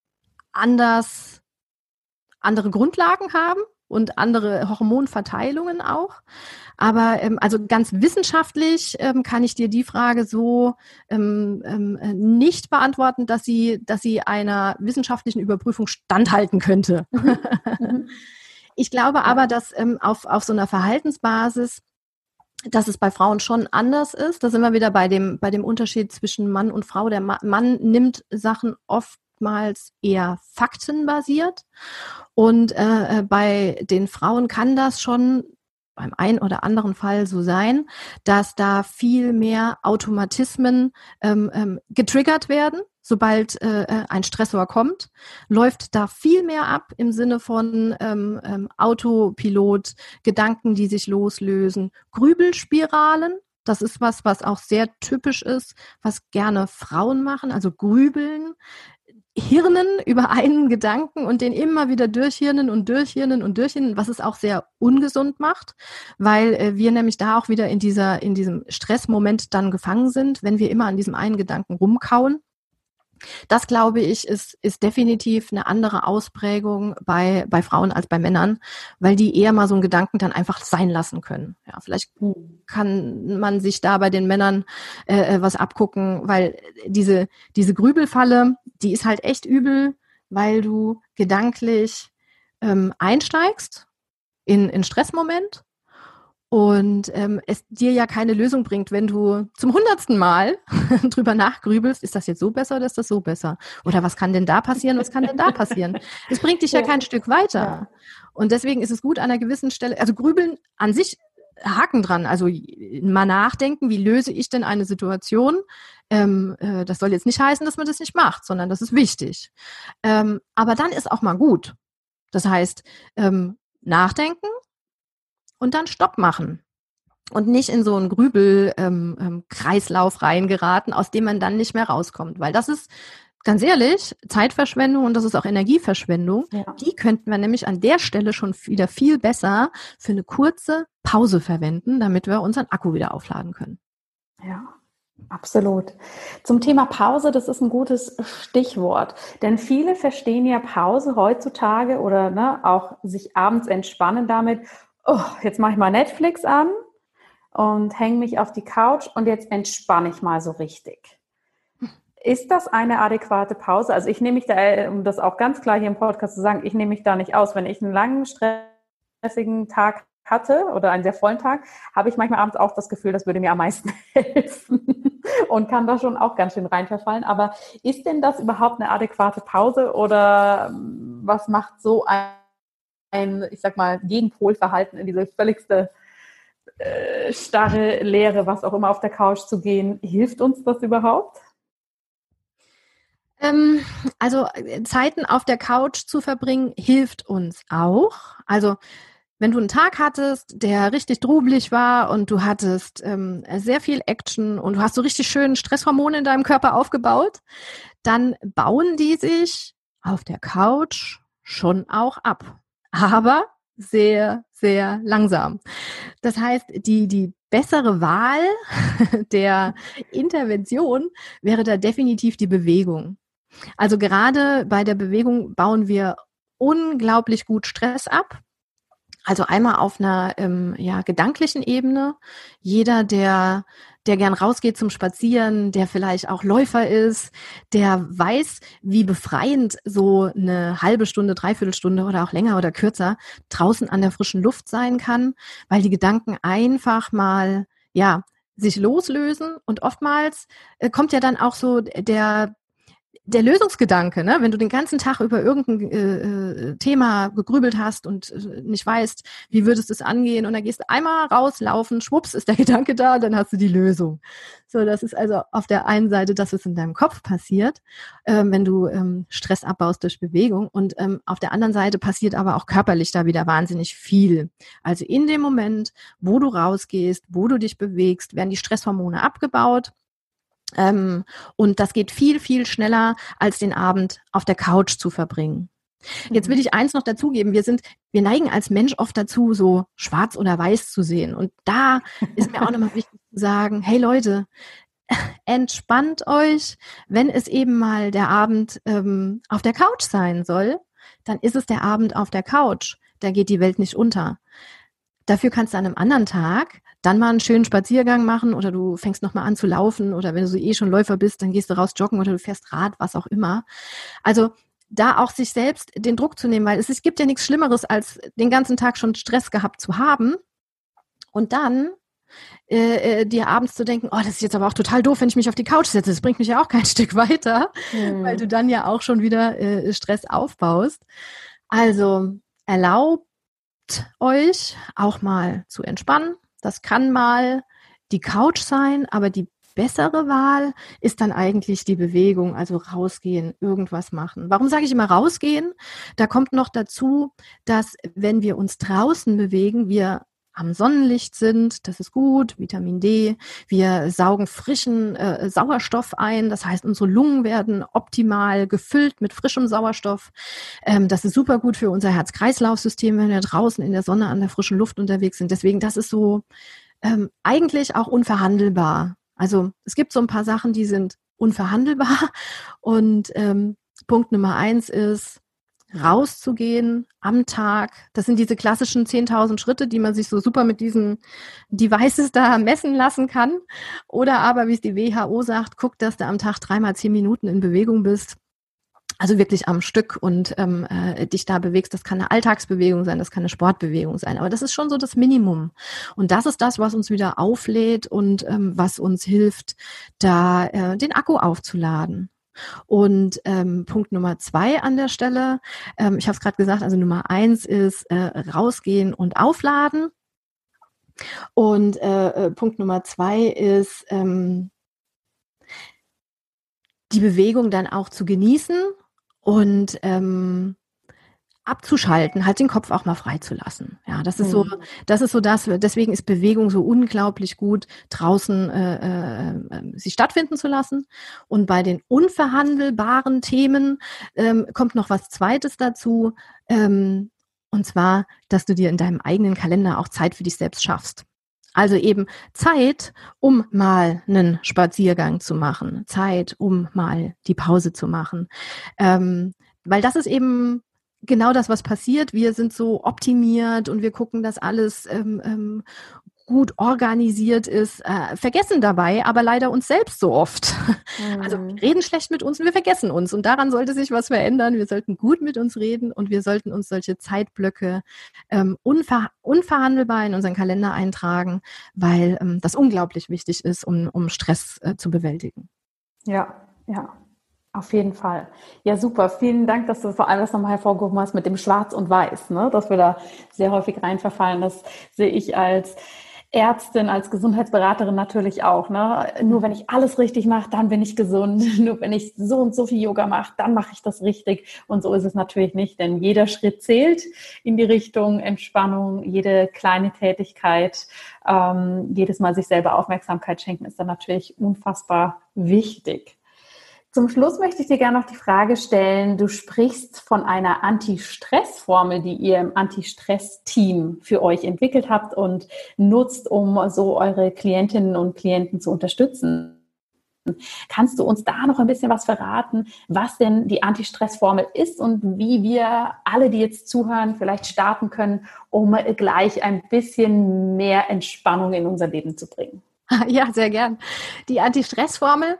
B: anders, andere Grundlagen haben. Und andere Hormonverteilungen auch. Aber ähm, also ganz wissenschaftlich ähm, kann ich dir die Frage so ähm, ähm, nicht beantworten, dass sie, dass sie einer wissenschaftlichen Überprüfung standhalten könnte. Mhm. Ich glaube aber, dass ähm, auf, auf so einer Verhaltensbasis, dass es bei Frauen schon anders ist. Da sind wir wieder bei dem, bei dem Unterschied zwischen Mann und Frau. Der Ma- Mann nimmt Sachen oft oftmals eher faktenbasiert und äh, bei den Frauen kann das schon beim einen oder anderen Fall so sein, dass da viel mehr Automatismen ähm, ähm, getriggert werden. Sobald äh, ein Stressor kommt, läuft da viel mehr ab im Sinne von ähm, ähm, Autopilot, Gedanken, die sich loslösen, Grübelspiralen. Das ist was, was auch sehr typisch ist, was gerne Frauen machen, also grübeln. Hirnen über einen Gedanken und den immer wieder durchhirnen und durchhirnen und durchhirnen, was es auch sehr ungesund macht, weil äh, wir nämlich da auch wieder in dieser, in diesem Stressmoment dann gefangen sind, wenn wir immer an diesem einen Gedanken rumkauen. Das, glaube ich, ist, ist definitiv eine andere Ausprägung bei, bei Frauen als bei Männern, weil die eher mal so einen Gedanken dann einfach sein lassen können. Ja, vielleicht kann man sich da bei den Männern äh, was abgucken, weil diese, diese Grübelfalle, die ist halt echt übel, weil du gedanklich ähm, einsteigst in in Stressmoment. Und ähm, es dir ja keine Lösung bringt, wenn du zum hundertsten Mal drüber nachgrübelst, ist das jetzt so besser oder ist das so besser? Oder was kann denn da passieren, was kann denn da passieren? Es bringt dich ja, ja kein Stück weiter. Ja. Und deswegen ist es gut an einer gewissen Stelle, also grübeln an sich, Haken dran, also mal nachdenken, wie löse ich denn eine Situation? Ähm, äh, das soll jetzt nicht heißen, dass man das nicht macht, sondern das ist wichtig. Ähm, aber dann ist auch mal gut. Das heißt, ähm, nachdenken, und dann Stopp machen und nicht in so einen Grübel-Kreislauf ähm, reingeraten, aus dem man dann nicht mehr rauskommt. Weil das ist, ganz ehrlich, Zeitverschwendung und das ist auch Energieverschwendung. Ja. Die könnten wir nämlich an der Stelle schon wieder viel besser für eine kurze Pause verwenden, damit wir unseren Akku wieder aufladen können.
A: Ja. Absolut. Zum Thema Pause, das ist ein gutes Stichwort, denn viele verstehen ja Pause heutzutage oder ne, auch sich abends entspannen damit, oh, jetzt mache ich mal Netflix an und hänge mich auf die Couch und jetzt entspanne ich mal so richtig. Ist das eine adäquate Pause? Also ich nehme mich da, um das auch ganz klar hier im Podcast zu sagen, ich nehme mich da nicht aus. Wenn ich einen langen, stressigen Tag hatte oder einen sehr vollen Tag, habe ich manchmal abends auch das Gefühl, das würde mir am meisten helfen und kann da schon auch ganz schön rein verfallen. Aber ist denn das überhaupt eine adäquate Pause oder was macht so ein ein, ich sag mal, Gegenpolverhalten in diese völligste äh, starre Leere, was auch immer, auf der Couch zu gehen? Hilft uns das überhaupt?
B: Ähm, also Zeiten auf der Couch zu verbringen, hilft uns auch. Also wenn du einen Tag hattest, der richtig trubelig war und du hattest ähm, sehr viel Action und du hast so richtig schön Stresshormone in deinem Körper aufgebaut, dann bauen die sich auf der Couch schon auch ab. Aber sehr, sehr langsam. Das heißt, die, die bessere Wahl der Intervention wäre da definitiv die Bewegung. Also gerade bei der Bewegung bauen wir unglaublich gut Stress ab. Also einmal auf einer ähm, ja, gedanklichen Ebene. Jeder, der der gern rausgeht zum Spazieren, der vielleicht auch Läufer ist, der weiß, wie befreiend so eine halbe Stunde, Dreiviertelstunde oder auch länger oder kürzer draußen an der frischen Luft sein kann, weil die Gedanken einfach mal ja sich loslösen und oftmals äh, kommt ja dann auch so der der Lösungsgedanke, ne? Wenn du den ganzen Tag über irgendein äh, Thema gegrübelt hast und äh, nicht weißt, wie würdest du es angehen, und dann gehst du einmal rauslaufen, schwupps, ist der Gedanke da, dann hast du die Lösung. So, das ist also auf der einen Seite das, was in deinem Kopf passiert, ähm, wenn du ähm, Stress abbaust durch Bewegung, und ähm, auf der anderen Seite passiert aber auch körperlich da wieder wahnsinnig viel. Also in dem Moment, wo du rausgehst, wo du dich bewegst, werden die Stresshormone abgebaut. Ähm, und das geht viel, viel schneller, als den Abend auf der Couch zu verbringen. Jetzt will ich eins noch dazugeben. Wir sind, wir neigen als Mensch oft dazu, so schwarz oder weiß zu sehen. Und da ist mir auch nochmal wichtig zu sagen, hey Leute, entspannt euch. Wenn es eben mal der Abend ähm, auf der Couch sein soll, dann ist es der Abend auf der Couch. Da geht die Welt nicht unter. Dafür kannst du an einem anderen Tag dann mal einen schönen Spaziergang machen, oder du fängst nochmal an zu laufen, oder wenn du so eh schon Läufer bist, dann gehst du raus joggen oder du fährst Rad, was auch immer. Also da auch sich selbst den Druck zu nehmen, weil es, es gibt ja nichts Schlimmeres, als den ganzen Tag schon Stress gehabt zu haben und dann äh, dir abends zu denken, oh, das ist jetzt aber auch total doof, wenn ich mich auf die Couch setze. Das bringt mich ja auch kein Stück weiter, mhm. weil du dann ja auch schon wieder äh, Stress aufbaust. Also erlaubt euch auch mal zu entspannen. Das kann mal die Couch sein, aber die bessere Wahl ist dann eigentlich die Bewegung, also rausgehen, irgendwas machen. Warum sage ich immer rausgehen? Da kommt noch dazu, dass wenn wir uns draußen bewegen, wir am Sonnenlicht sind, das ist gut, Vitamin D, wir saugen frischen äh, Sauerstoff ein, das heißt, unsere Lungen werden optimal gefüllt mit frischem Sauerstoff. Ähm, das ist super gut für unser Herz-Kreislauf-System, wenn wir draußen in der Sonne an der frischen Luft unterwegs sind. Deswegen, das ist so ähm, eigentlich auch unverhandelbar. Also es gibt so ein paar Sachen, die sind unverhandelbar, und ähm, Punkt Nummer eins ist, rauszugehen am Tag. Das sind diese klassischen zehntausend Schritte, die man sich so super mit diesen Devices da messen lassen kann. Oder aber, wie es die W H O sagt, guck, dass du am Tag dreimal zehn Minuten in Bewegung bist. Also wirklich am Stück und ähm, äh, dich da bewegst. Das kann eine Alltagsbewegung sein, das kann eine Sportbewegung sein. Aber das ist schon so das Minimum. Und das ist das, was uns wieder auflädt und ähm, was uns hilft, da äh, den Akku aufzuladen. Und ähm, Punkt Nummer zwei an der Stelle, ähm, ich habe es gerade gesagt, also Nummer eins ist äh, rausgehen und aufladen. Und äh, Punkt Nummer zwei ist ähm, die Bewegung dann auch zu genießen und ähm, abzuschalten, halt den Kopf auch mal freizulassen. Ja, das ist mhm. so, das ist so das, deswegen ist Bewegung so unglaublich gut, draußen äh, äh, sie stattfinden zu lassen. Und bei den unverhandelbaren Themen ähm, kommt noch was Zweites dazu, ähm, und zwar, dass du dir in deinem eigenen Kalender auch Zeit für dich selbst schaffst. Also eben Zeit, um mal einen Spaziergang zu machen, Zeit, um mal die Pause zu machen, ähm, weil das ist eben genau das, was passiert. Wir sind so optimiert und wir gucken, dass alles ähm, ähm, gut organisiert ist, äh, vergessen dabei aber leider uns selbst so oft. Mhm. Also wir reden schlecht mit uns und wir vergessen uns, und daran sollte sich was verändern. Wir sollten gut mit uns reden und wir sollten uns solche Zeitblöcke ähm, unver- unverhandelbar in unseren Kalender eintragen, weil ähm, das unglaublich wichtig ist, um, um Stress äh, zu bewältigen.
A: Ja, ja. Auf jeden Fall. Ja, super. Vielen Dank, dass du vor allem das nochmal hervorgehoben hast mit dem Schwarz und Weiß, ne? Dass wir da sehr häufig reinverfallen. Das sehe ich als Ärztin, als Gesundheitsberaterin natürlich auch, ne? Nur wenn ich alles richtig mache, dann bin ich gesund. Nur wenn ich so und so viel Yoga mache, dann mache ich das richtig. Und so ist es natürlich nicht, denn jeder Schritt zählt in die Richtung Entspannung. Jede kleine Tätigkeit, ähm, jedes Mal sich selber Aufmerksamkeit schenken, ist dann natürlich unfassbar wichtig. Zum Schluss möchte ich dir gerne noch die Frage stellen, du sprichst von einer Anti-Stress-Formel, die ihr im Anti-Stress-Team für euch entwickelt habt und nutzt, um so eure Klientinnen und Klienten zu unterstützen. Kannst du uns da noch ein bisschen was verraten, was denn die Anti-Stress-Formel ist und wie wir alle, die jetzt zuhören, vielleicht starten können, um gleich ein bisschen mehr Entspannung in unser Leben zu bringen?
B: Ja, sehr gern. Die Anti-Stress-Formel,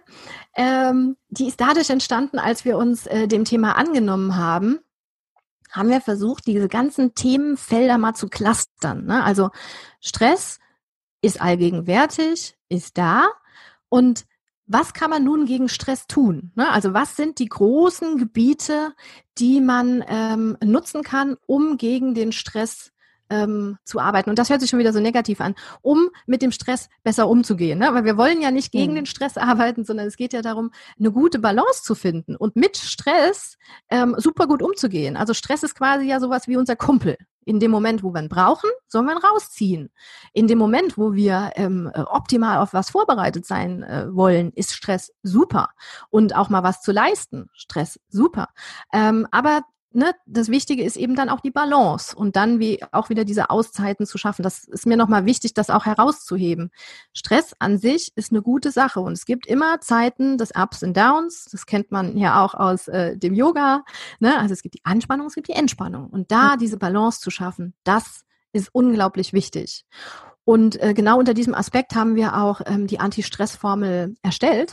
B: ähm, die ist dadurch entstanden, als wir uns äh, dem Thema angenommen haben, haben wir versucht, diese ganzen Themenfelder mal zu clustern. Ne? Also Stress ist allgegenwärtig, ist da, und was kann man nun gegen Stress tun? Ne? Also was sind die großen Gebiete, die man ähm, nutzen kann, um gegen den Stress ähm, zu arbeiten? Und das hört sich schon wieder so negativ an, um mit dem Stress besser umzugehen. Ne? Weil wir wollen ja nicht gegen mhm. den Stress arbeiten, sondern es geht ja darum, eine gute Balance zu finden und mit Stress ähm, super gut umzugehen. Also Stress ist quasi ja sowas wie unser Kumpel. In dem Moment, wo wir ihn brauchen, sollen wir ihn rausziehen. In dem Moment, wo wir ähm, optimal auf was vorbereitet sein äh, wollen, ist Stress super. Und auch mal was zu leisten, Stress super. Ähm, aber ne, das Wichtige ist eben dann auch die Balance und dann wie auch wieder diese Auszeiten zu schaffen. Das ist mir nochmal wichtig, das auch herauszuheben. Stress an sich ist eine gute Sache und es gibt immer Zeiten des Ups und Downs. Das kennt man ja auch aus äh, dem Yoga. Ne? Also es gibt die Anspannung, es gibt die Entspannung. Und da diese Balance zu schaffen, das ist unglaublich wichtig. Und äh, genau unter diesem Aspekt haben wir auch ähm, die Anti-Stress-Formel erstellt,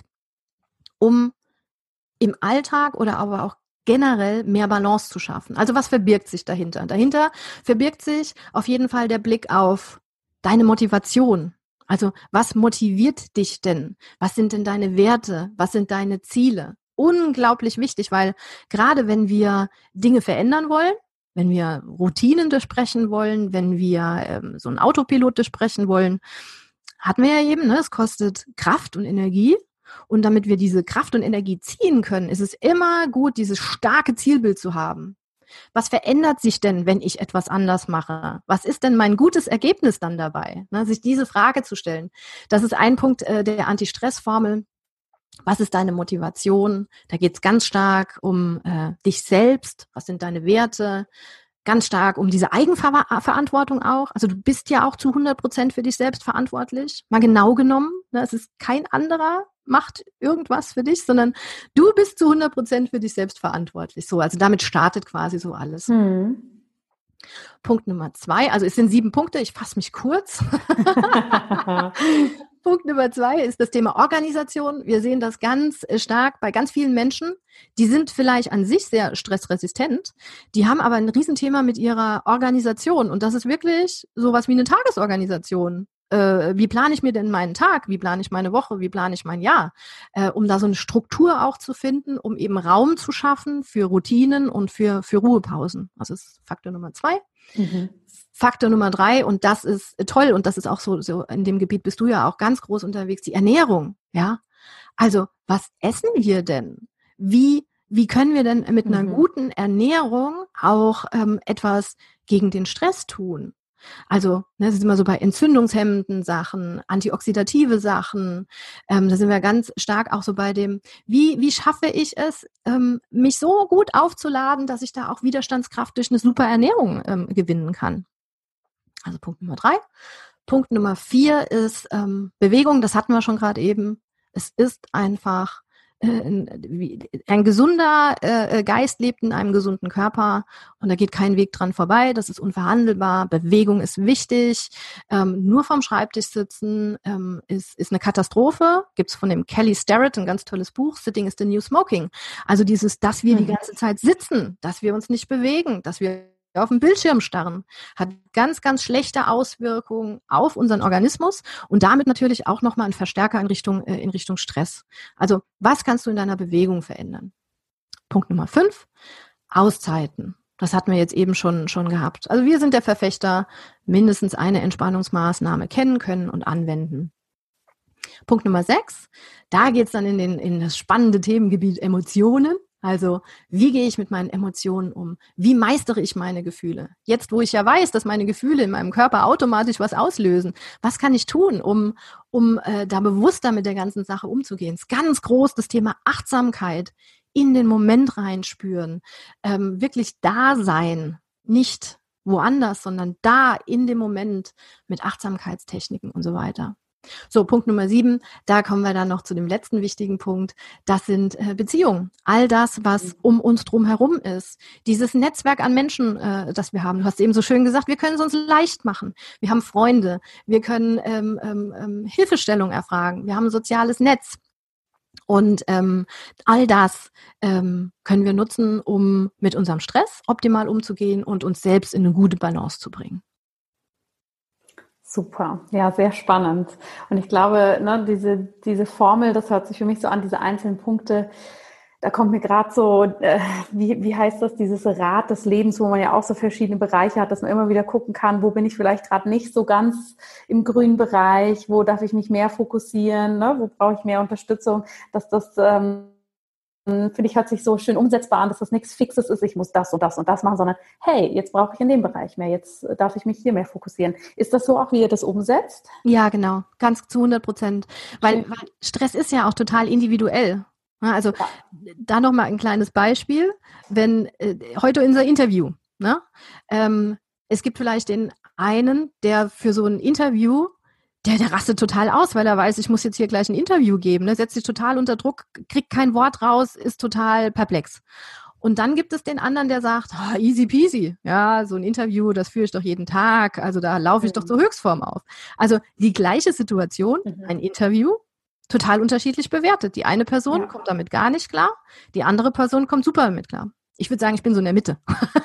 B: um im Alltag oder aber auch generell mehr Balance zu schaffen. Also was verbirgt sich dahinter? Dahinter verbirgt sich auf jeden Fall der Blick auf deine Motivation. Also was motiviert dich denn? Was sind denn deine Werte? Was sind deine Ziele? Unglaublich wichtig, weil gerade wenn wir Dinge verändern wollen, wenn wir Routinen durchbrechen wollen, wenn wir ähm, so einen Autopilot durchbrechen wollen, hatten wir ja eben, ne, es kostet Kraft und Energie. Und damit wir diese Kraft und Energie ziehen können, ist es immer gut, dieses starke Zielbild zu haben. Was verändert sich denn, wenn ich etwas anders mache? Was ist denn mein gutes Ergebnis dann dabei? Ne, sich diese Frage zu stellen. Das ist ein Punkt äh, der Anti-Stress-Formel. Was ist deine Motivation? Da geht es ganz stark um äh, dich selbst. Was sind deine Werte? Ganz stark um diese Eigenverantwortung auch. Also du bist ja auch zu hundert Prozent für dich selbst verantwortlich. Mal genau genommen. Ne, es ist kein anderer macht irgendwas für dich, sondern du bist zu hundert Prozent für dich selbst verantwortlich. So, also damit startet quasi so alles. Hm. Punkt Nummer zwei, also es sind sieben Punkte, ich fasse mich kurz. Punkt Nummer zwei ist das Thema Organisation. Wir sehen das ganz stark bei ganz vielen Menschen. Die sind vielleicht an sich sehr stressresistent. Die haben aber ein Riesenthema mit ihrer Organisation. Und das ist wirklich sowas wie eine Tagesorganisation. Äh, wie plane ich mir denn meinen Tag? Wie plane ich meine Woche? Wie plane ich mein Jahr? Äh, um da so eine Struktur auch zu finden, um eben Raum zu schaffen für Routinen und für, für Ruhepausen. Das ist Faktor Nummer zwei. Mhm. Faktor Nummer drei, und das ist toll, und das ist auch so, so in dem Gebiet bist du ja auch ganz groß unterwegs, die Ernährung, ja. Also, was essen wir denn? Wie, wie können wir denn mit einer mhm. guten Ernährung auch ähm, etwas gegen den Stress tun? Also, ne, das ist immer so bei entzündungshemmenden Sachen, antioxidative Sachen, ähm, da sind wir ganz stark auch so bei dem, wie, wie schaffe ich es, ähm, mich so gut aufzuladen, dass ich da auch Widerstandskraft durch eine super Ernährung ähm, gewinnen kann. Also Punkt Nummer drei. Punkt Nummer vier ist ähm, Bewegung, das hatten wir schon gerade eben. Es ist einfach Ein, ein gesunder äh, Geist lebt in einem gesunden Körper und da geht kein Weg dran vorbei, das ist unverhandelbar, Bewegung ist wichtig, ähm, nur vorm Schreibtisch sitzen ähm, ist, ist eine Katastrophe, gibt's von dem Kelly Starrett ein ganz tolles Buch, Sitting is the New Smoking, also dieses, dass wir mhm. die ganze Zeit sitzen, dass wir uns nicht bewegen, dass wir auf dem Bildschirm starren, hat ganz, ganz schlechte Auswirkungen auf unseren Organismus und damit natürlich auch nochmal ein Verstärker in Richtung, äh, in Richtung Stress. Also, was kannst du in deiner Bewegung verändern? Punkt Nummer fünf, Auszeiten. Das hatten wir jetzt eben schon, schon gehabt. Also, wir sind der Verfechter, mindestens eine Entspannungsmaßnahme kennen können und anwenden. Punkt Nummer sechs, da geht's dann in, den, in das spannende Themengebiet Emotionen. Also, wie gehe ich mit meinen Emotionen um? Wie meistere ich meine Gefühle? Jetzt, wo ich ja weiß, dass meine Gefühle in meinem Körper automatisch was auslösen, was kann ich tun, um, um äh, da bewusster mit der ganzen Sache umzugehen? Es ist ganz groß das Thema Achtsamkeit, in den Moment reinspüren, ähm, wirklich da sein, nicht woanders, sondern da in dem Moment mit Achtsamkeitstechniken und so weiter. So, Punkt Nummer sieben, da kommen wir dann noch zu dem letzten wichtigen Punkt, das sind äh, Beziehungen. All das, was um uns drum herum ist. Dieses Netzwerk an Menschen, äh, das wir haben. Du hast eben so schön gesagt, wir können es uns leicht machen. Wir haben Freunde, wir können ähm, ähm, Hilfestellung erfragen, wir haben ein soziales Netz. Und ähm, all das ähm, können wir nutzen, um mit unserem Stress optimal umzugehen und uns selbst in eine gute Balance zu bringen.
A: Super, ja, sehr spannend. Und ich glaube, ne, diese, diese Formel, das hört sich für mich so an, diese einzelnen Punkte, da kommt mir gerade so, äh, wie, wie heißt das, dieses Rad des Lebens, wo man ja auch so verschiedene Bereiche hat, dass man immer wieder gucken kann, wo bin ich vielleicht gerade nicht so ganz im grünen Bereich, wo darf ich mich mehr fokussieren, ne? Wo brauche ich mehr Unterstützung, dass das, ähm, finde ich, hört sich so schön umsetzbar an, dass das nichts Fixes ist, ich muss das und das und das machen, sondern hey, jetzt brauche ich in dem Bereich mehr, jetzt darf ich mich hier mehr fokussieren. Ist das so auch, wie ihr das umsetzt?
B: Ja, genau, ganz zu hundert Prozent, weil, weil Stress ist ja auch total individuell. Also ja. Da nochmal ein kleines Beispiel, wenn äh, heute unser Interview, ne? Ähm, es gibt vielleicht den einen, der für so ein Interview, der, der rastet total aus, weil er weiß, ich muss jetzt hier gleich ein Interview geben, ne? Setzt sich total unter Druck, kriegt kein Wort raus, ist total perplex. Und dann gibt es den anderen, der sagt, oh, easy peasy, ja, so ein Interview, das führe ich doch jeden Tag, also da laufe ich mhm. doch zur Höchstform auf. Also die gleiche Situation, mhm. ein Interview, total unterschiedlich bewertet. Die eine Person ja. kommt damit gar nicht klar, die andere Person kommt super damit klar. Ich würde sagen, ich bin so in der Mitte.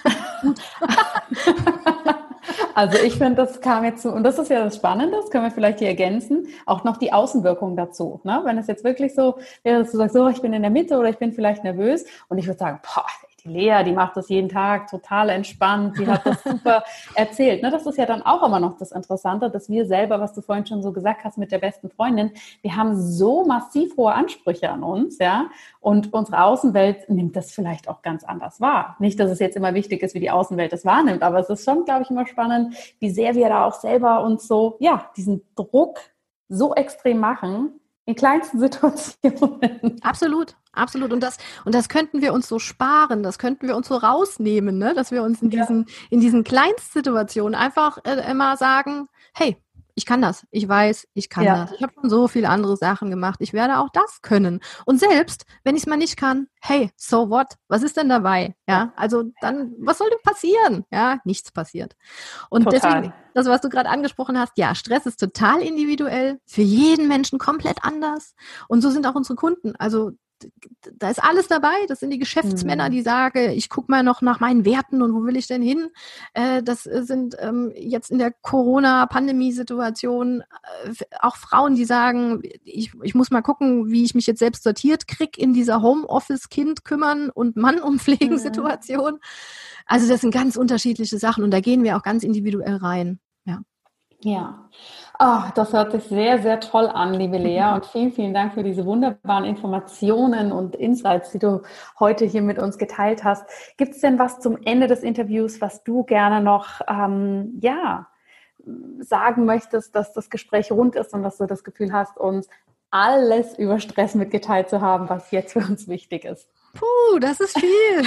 A: Also ich finde, das kam jetzt so, und das ist ja das Spannende, das können wir vielleicht hier ergänzen, auch noch die Außenwirkung dazu. Ne? Wenn es jetzt wirklich so wäre, dass du sagst, so, ich bin in der Mitte oder ich bin vielleicht nervös und ich würde sagen, boah, die Lea, die macht das jeden Tag total entspannt, sie hat das super erzählt. Ne, das ist ja dann auch immer noch das Interessante, dass wir selber, was du vorhin schon so gesagt hast mit der besten Freundin, wir haben so massiv hohe Ansprüche an uns, ja, und unsere Außenwelt nimmt das vielleicht auch ganz anders wahr. Nicht, dass es jetzt immer wichtig ist, wie die Außenwelt das wahrnimmt, aber es ist schon, glaube ich, immer spannend, wie sehr wir da auch selber uns so, ja, diesen Druck so extrem machen, in kleinsten Situationen.
B: Absolut, absolut. Und das, und das könnten wir uns so sparen, das könnten wir uns so rausnehmen, ne? Dass wir uns in diesen, ja. in diesen Kleinstsituationen einfach äh, immer sagen, hey, ich kann das, ich weiß, ich kann ja. das. Ich habe schon so viele andere Sachen gemacht, ich werde auch das können. Und selbst, wenn ich es mal nicht kann, hey, so what? Was ist denn dabei? Ja, also dann, was soll denn passieren? Ja, nichts passiert. Und total. Deswegen, das, was du gerade angesprochen hast, ja, Stress ist total individuell, für jeden Menschen komplett anders. Und so sind auch unsere Kunden. Also da ist alles dabei. Das sind die Geschäftsmänner, die sagen, ich gucke mal noch nach meinen Werten und wo will ich denn hin? Äh, das sind ähm, jetzt in der Corona-Pandemie-Situation äh, auch Frauen, die sagen, ich, ich muss mal gucken, wie ich mich jetzt selbst sortiert kriege in dieser Homeoffice-Kind kümmern und Mann umpflegen Situation. Also das sind ganz unterschiedliche Sachen und da gehen wir auch ganz individuell rein. Ja.
A: Ja, oh, das hört sich sehr, sehr toll an, liebe Lea. Und vielen, vielen Dank für diese wunderbaren Informationen und Insights, die du heute hier mit uns geteilt hast. Gibt es denn was zum Ende des Interviews, was du gerne noch ähm, ja, sagen möchtest, dass das Gespräch rund ist und dass du das Gefühl hast, uns alles über Stress mitgeteilt zu haben, was jetzt für uns wichtig ist?
B: Puh, das ist viel.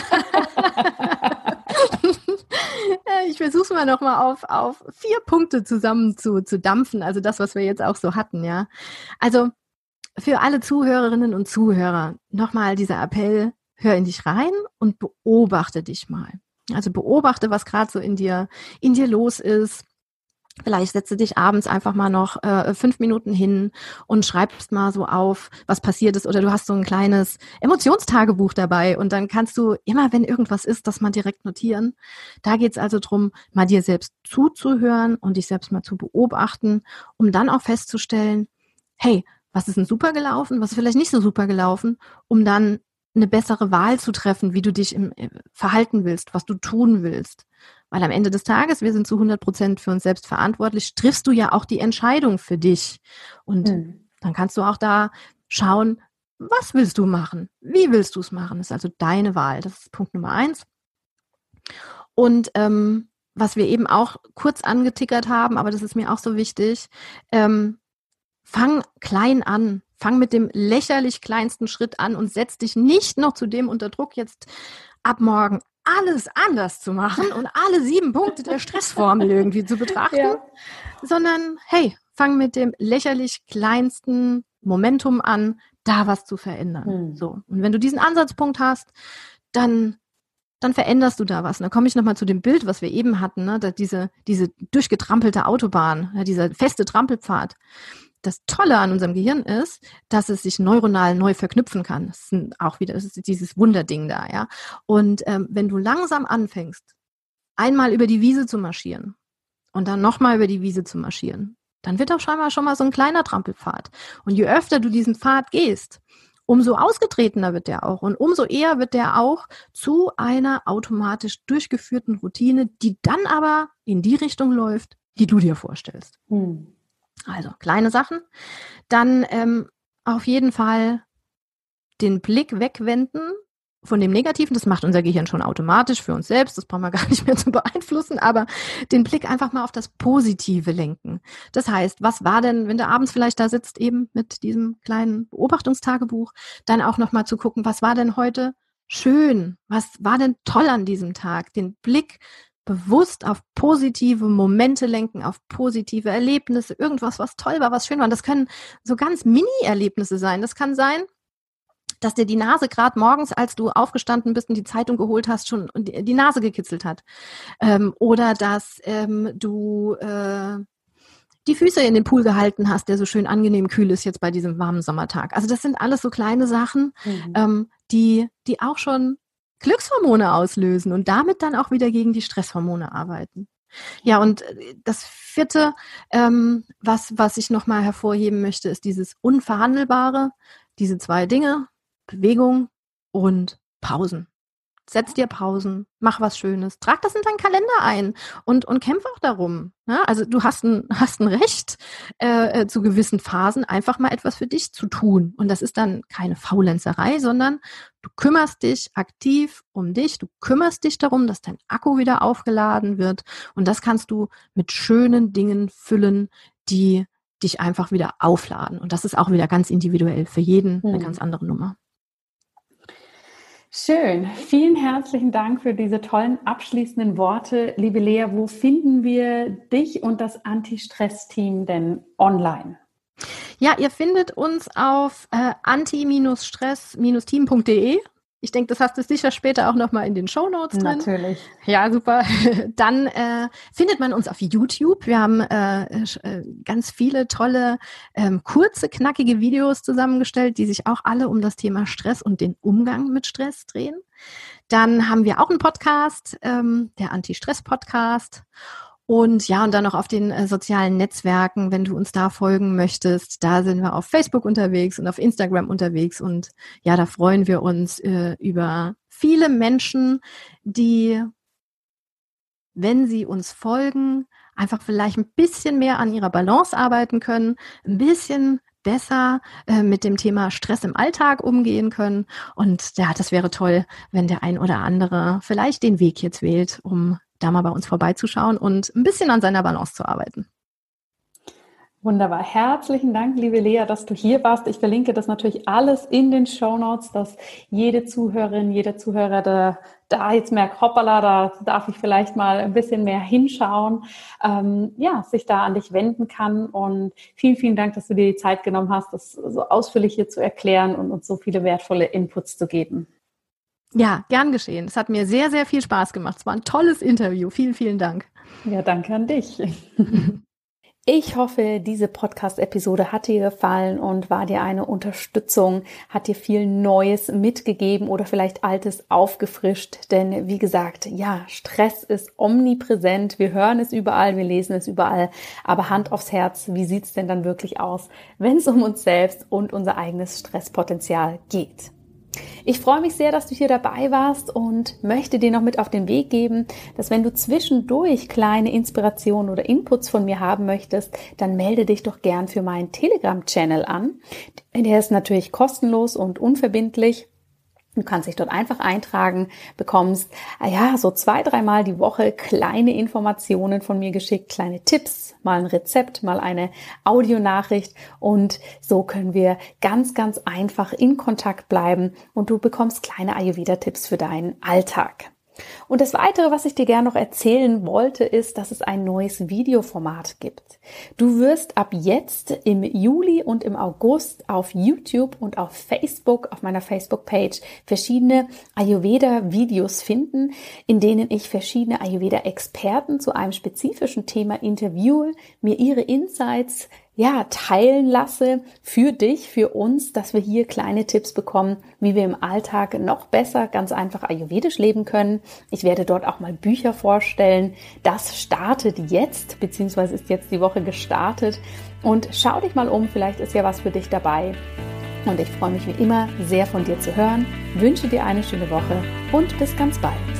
B: Ich versuche es mal nochmal auf, auf vier Punkte zusammen zu, zu dampfen, also das, was wir jetzt auch so hatten, ja. Also für alle Zuhörerinnen und Zuhörer nochmal dieser Appell, hör in dich rein und beobachte dich mal. Also beobachte, was gerade so in dir, in dir los ist. Vielleicht setze dich abends einfach mal noch äh, fünf Minuten hin und schreibst mal so auf, was passiert ist. Oder du hast so ein kleines Emotionstagebuch dabei und dann kannst du immer, wenn irgendwas ist, das mal direkt notieren. Da geht es also drum, mal dir selbst zuzuhören und dich selbst mal zu beobachten, um dann auch festzustellen, hey, was ist denn super gelaufen, was ist vielleicht nicht so super gelaufen, um dann eine bessere Wahl zu treffen, wie du dich im verhalten willst, was du tun willst. Weil am Ende des Tages, wir sind zu hundert Prozent für uns selbst verantwortlich, triffst du ja auch die Entscheidung für dich. Und mhm. dann kannst du auch da schauen, was willst du machen? Wie willst du es machen? Das ist also deine Wahl. Das ist Punkt Nummer eins. Und ähm, was wir eben auch kurz angetickert haben, aber das ist mir auch so wichtig, ähm, fang klein an. Fang mit dem lächerlich kleinsten Schritt an und setz dich nicht noch zu dem unter Druck, jetzt ab morgen alles anders zu machen und alle sieben Punkte der Stressformel irgendwie zu betrachten, ja. sondern hey, fang mit dem lächerlich kleinsten Momentum an, da was zu verändern. Hm. So. Und wenn du diesen Ansatzpunkt hast, dann, dann veränderst du da was. Und da komme ich nochmal zu dem Bild, was wir eben hatten, ne? Da diese, diese durchgetrampelte Autobahn, ja, dieser feste Trampelpfad. Das Tolle an unserem Gehirn ist, dass es sich neuronal neu verknüpfen kann. Das ist auch wieder, das ist dieses Wunderding da, ja. Und ähm, wenn du langsam anfängst, einmal über die Wiese zu marschieren, und dann nochmal über die Wiese zu marschieren, dann wird auch scheinbar schon mal so ein kleiner Trampelpfad. Und je öfter du diesen Pfad gehst, umso ausgetretener wird der auch und umso eher wird der auch zu einer automatisch durchgeführten Routine, die dann aber in die Richtung läuft, die du dir vorstellst. Hm. Also kleine Sachen. Dann ähm, auf jeden Fall den Blick wegwenden von dem Negativen. Das macht unser Gehirn schon automatisch für uns selbst. Das brauchen wir gar nicht mehr zu beeinflussen. Aber den Blick einfach mal auf das Positive lenken. Das heißt, was war denn, wenn du abends vielleicht da sitzt, eben mit diesem kleinen Beobachtungstagebuch, dann auch nochmal zu gucken, was war denn heute schön? Was war denn toll an diesem Tag? Den Blick bewusst auf positive Momente lenken, auf positive Erlebnisse, irgendwas, was toll war, was schön war. Und das können so ganz Mini-Erlebnisse sein. Das kann sein, dass dir die Nase gerade morgens, als du aufgestanden bist und die Zeitung geholt hast, schon die Nase gekitzelt hat. Ähm, oder dass ähm, du äh, die Füße in den Pool gehalten hast, der so schön angenehm kühl ist jetzt bei diesem warmen Sommertag. Also das sind alles so kleine Sachen, mhm. ähm, die, die auch schon Glückshormone auslösen und damit dann auch wieder gegen die Stresshormone arbeiten. Ja, und das vierte, ähm, was, was ich nochmal hervorheben möchte, ist dieses Unverhandelbare, diese zwei Dinge, Bewegung und Pausen. Setz dir Pausen, mach was Schönes, trag das in deinen Kalender ein und, und kämpf auch darum. Ja, also du hast ein, hast ein Recht, äh, zu gewissen Phasen einfach mal etwas für dich zu tun. Und das ist dann keine Faulenzerei, sondern du kümmerst dich aktiv um dich, du kümmerst dich darum, dass dein Akku wieder aufgeladen wird. Und das kannst du mit schönen Dingen füllen, die dich einfach wieder aufladen. Und das ist auch wieder ganz individuell für jeden eine hm. ganz andere Nummer.
A: Schön. Vielen herzlichen Dank für diese tollen abschließenden Worte. Liebe Lea, wo finden wir dich und das Anti-Stress-Team denn online?
B: Ja, ihr findet uns auf äh, anti-stress team punkt de. Ich denke, das hast du sicher später auch nochmal in den Shownotes drin.
A: Natürlich.
B: Ja, super. Dann äh, findet man uns auf YouTube. Wir haben äh, äh, ganz viele tolle, ähm, kurze, knackige Videos zusammengestellt, die sich auch alle um das Thema Stress und den Umgang mit Stress drehen. Dann haben wir auch einen Podcast, ähm, der Anti-Stress-Podcast. Und ja, und dann noch auf den äh, sozialen Netzwerken, wenn du uns da folgen möchtest, da sind wir auf Facebook unterwegs und auf Instagram unterwegs. Und ja, da freuen wir uns äh, über viele Menschen, die, wenn sie uns folgen, einfach vielleicht ein bisschen mehr an ihrer Balance arbeiten können, ein bisschen besser äh, mit dem Thema Stress im Alltag umgehen können. Und ja, das wäre toll, wenn der ein oder andere vielleicht den Weg jetzt wählt, um da mal bei uns vorbeizuschauen und ein bisschen an seiner Balance zu arbeiten.
A: Wunderbar. Herzlichen Dank, liebe Lea, dass du hier warst. Ich verlinke das natürlich alles in den Shownotes, dass jede Zuhörerin, jeder Zuhörer, der da jetzt merkt, hoppala, da darf ich vielleicht mal ein bisschen mehr hinschauen, ähm, ja, sich da an dich wenden kann. Und vielen, vielen Dank, dass du dir die Zeit genommen hast, das so ausführlich hier zu erklären und uns so viele wertvolle Inputs zu geben.
B: Ja, gern geschehen. Es hat mir sehr, sehr viel Spaß gemacht. Es war ein tolles Interview. Vielen, vielen Dank.
A: Ja, danke an dich. Ich hoffe, diese Podcast-Episode hat dir gefallen und war dir eine Unterstützung, hat dir viel Neues mitgegeben oder vielleicht Altes aufgefrischt. Denn wie gesagt, ja, Stress ist omnipräsent. Wir hören es überall, wir lesen es überall. Aber Hand aufs Herz, wie sieht's denn dann wirklich aus, wenn es um uns selbst und unser eigenes Stresspotenzial geht? Ich freue mich sehr, dass du hier dabei warst und möchte dir noch mit auf den Weg geben, dass wenn du zwischendurch kleine Inspirationen oder Inputs von mir haben möchtest, dann melde dich doch gern für meinen Telegram-Channel an. Der ist natürlich kostenlos und unverbindlich. Du kannst dich dort einfach eintragen, bekommst ja so zwei, dreimal die Woche kleine Informationen von mir geschickt, kleine Tipps, mal ein Rezept, mal eine Audionachricht und so können wir ganz, ganz einfach in Kontakt bleiben und du bekommst kleine Ayurveda-Tipps für deinen Alltag. Und das Weitere, was ich dir gerne noch erzählen wollte, ist, dass es ein neues Videoformat gibt. Du wirst ab jetzt im Juli und im August auf YouTube und auf Facebook, auf meiner Facebook-Page, verschiedene Ayurveda-Videos finden, in denen ich verschiedene Ayurveda-Experten zu einem spezifischen Thema interviewe, mir ihre Insights ja, teilen lasse für dich, für uns, dass wir hier kleine Tipps bekommen, wie wir im Alltag noch besser, ganz einfach ayurvedisch leben können. Ich werde dort auch mal Bücher vorstellen. Das startet jetzt, beziehungsweise ist jetzt die Woche gestartet. Und schau dich mal um, vielleicht ist ja was für dich dabei. Und ich freue mich wie immer sehr von dir zu hören, wünsche dir eine schöne Woche und bis ganz bald.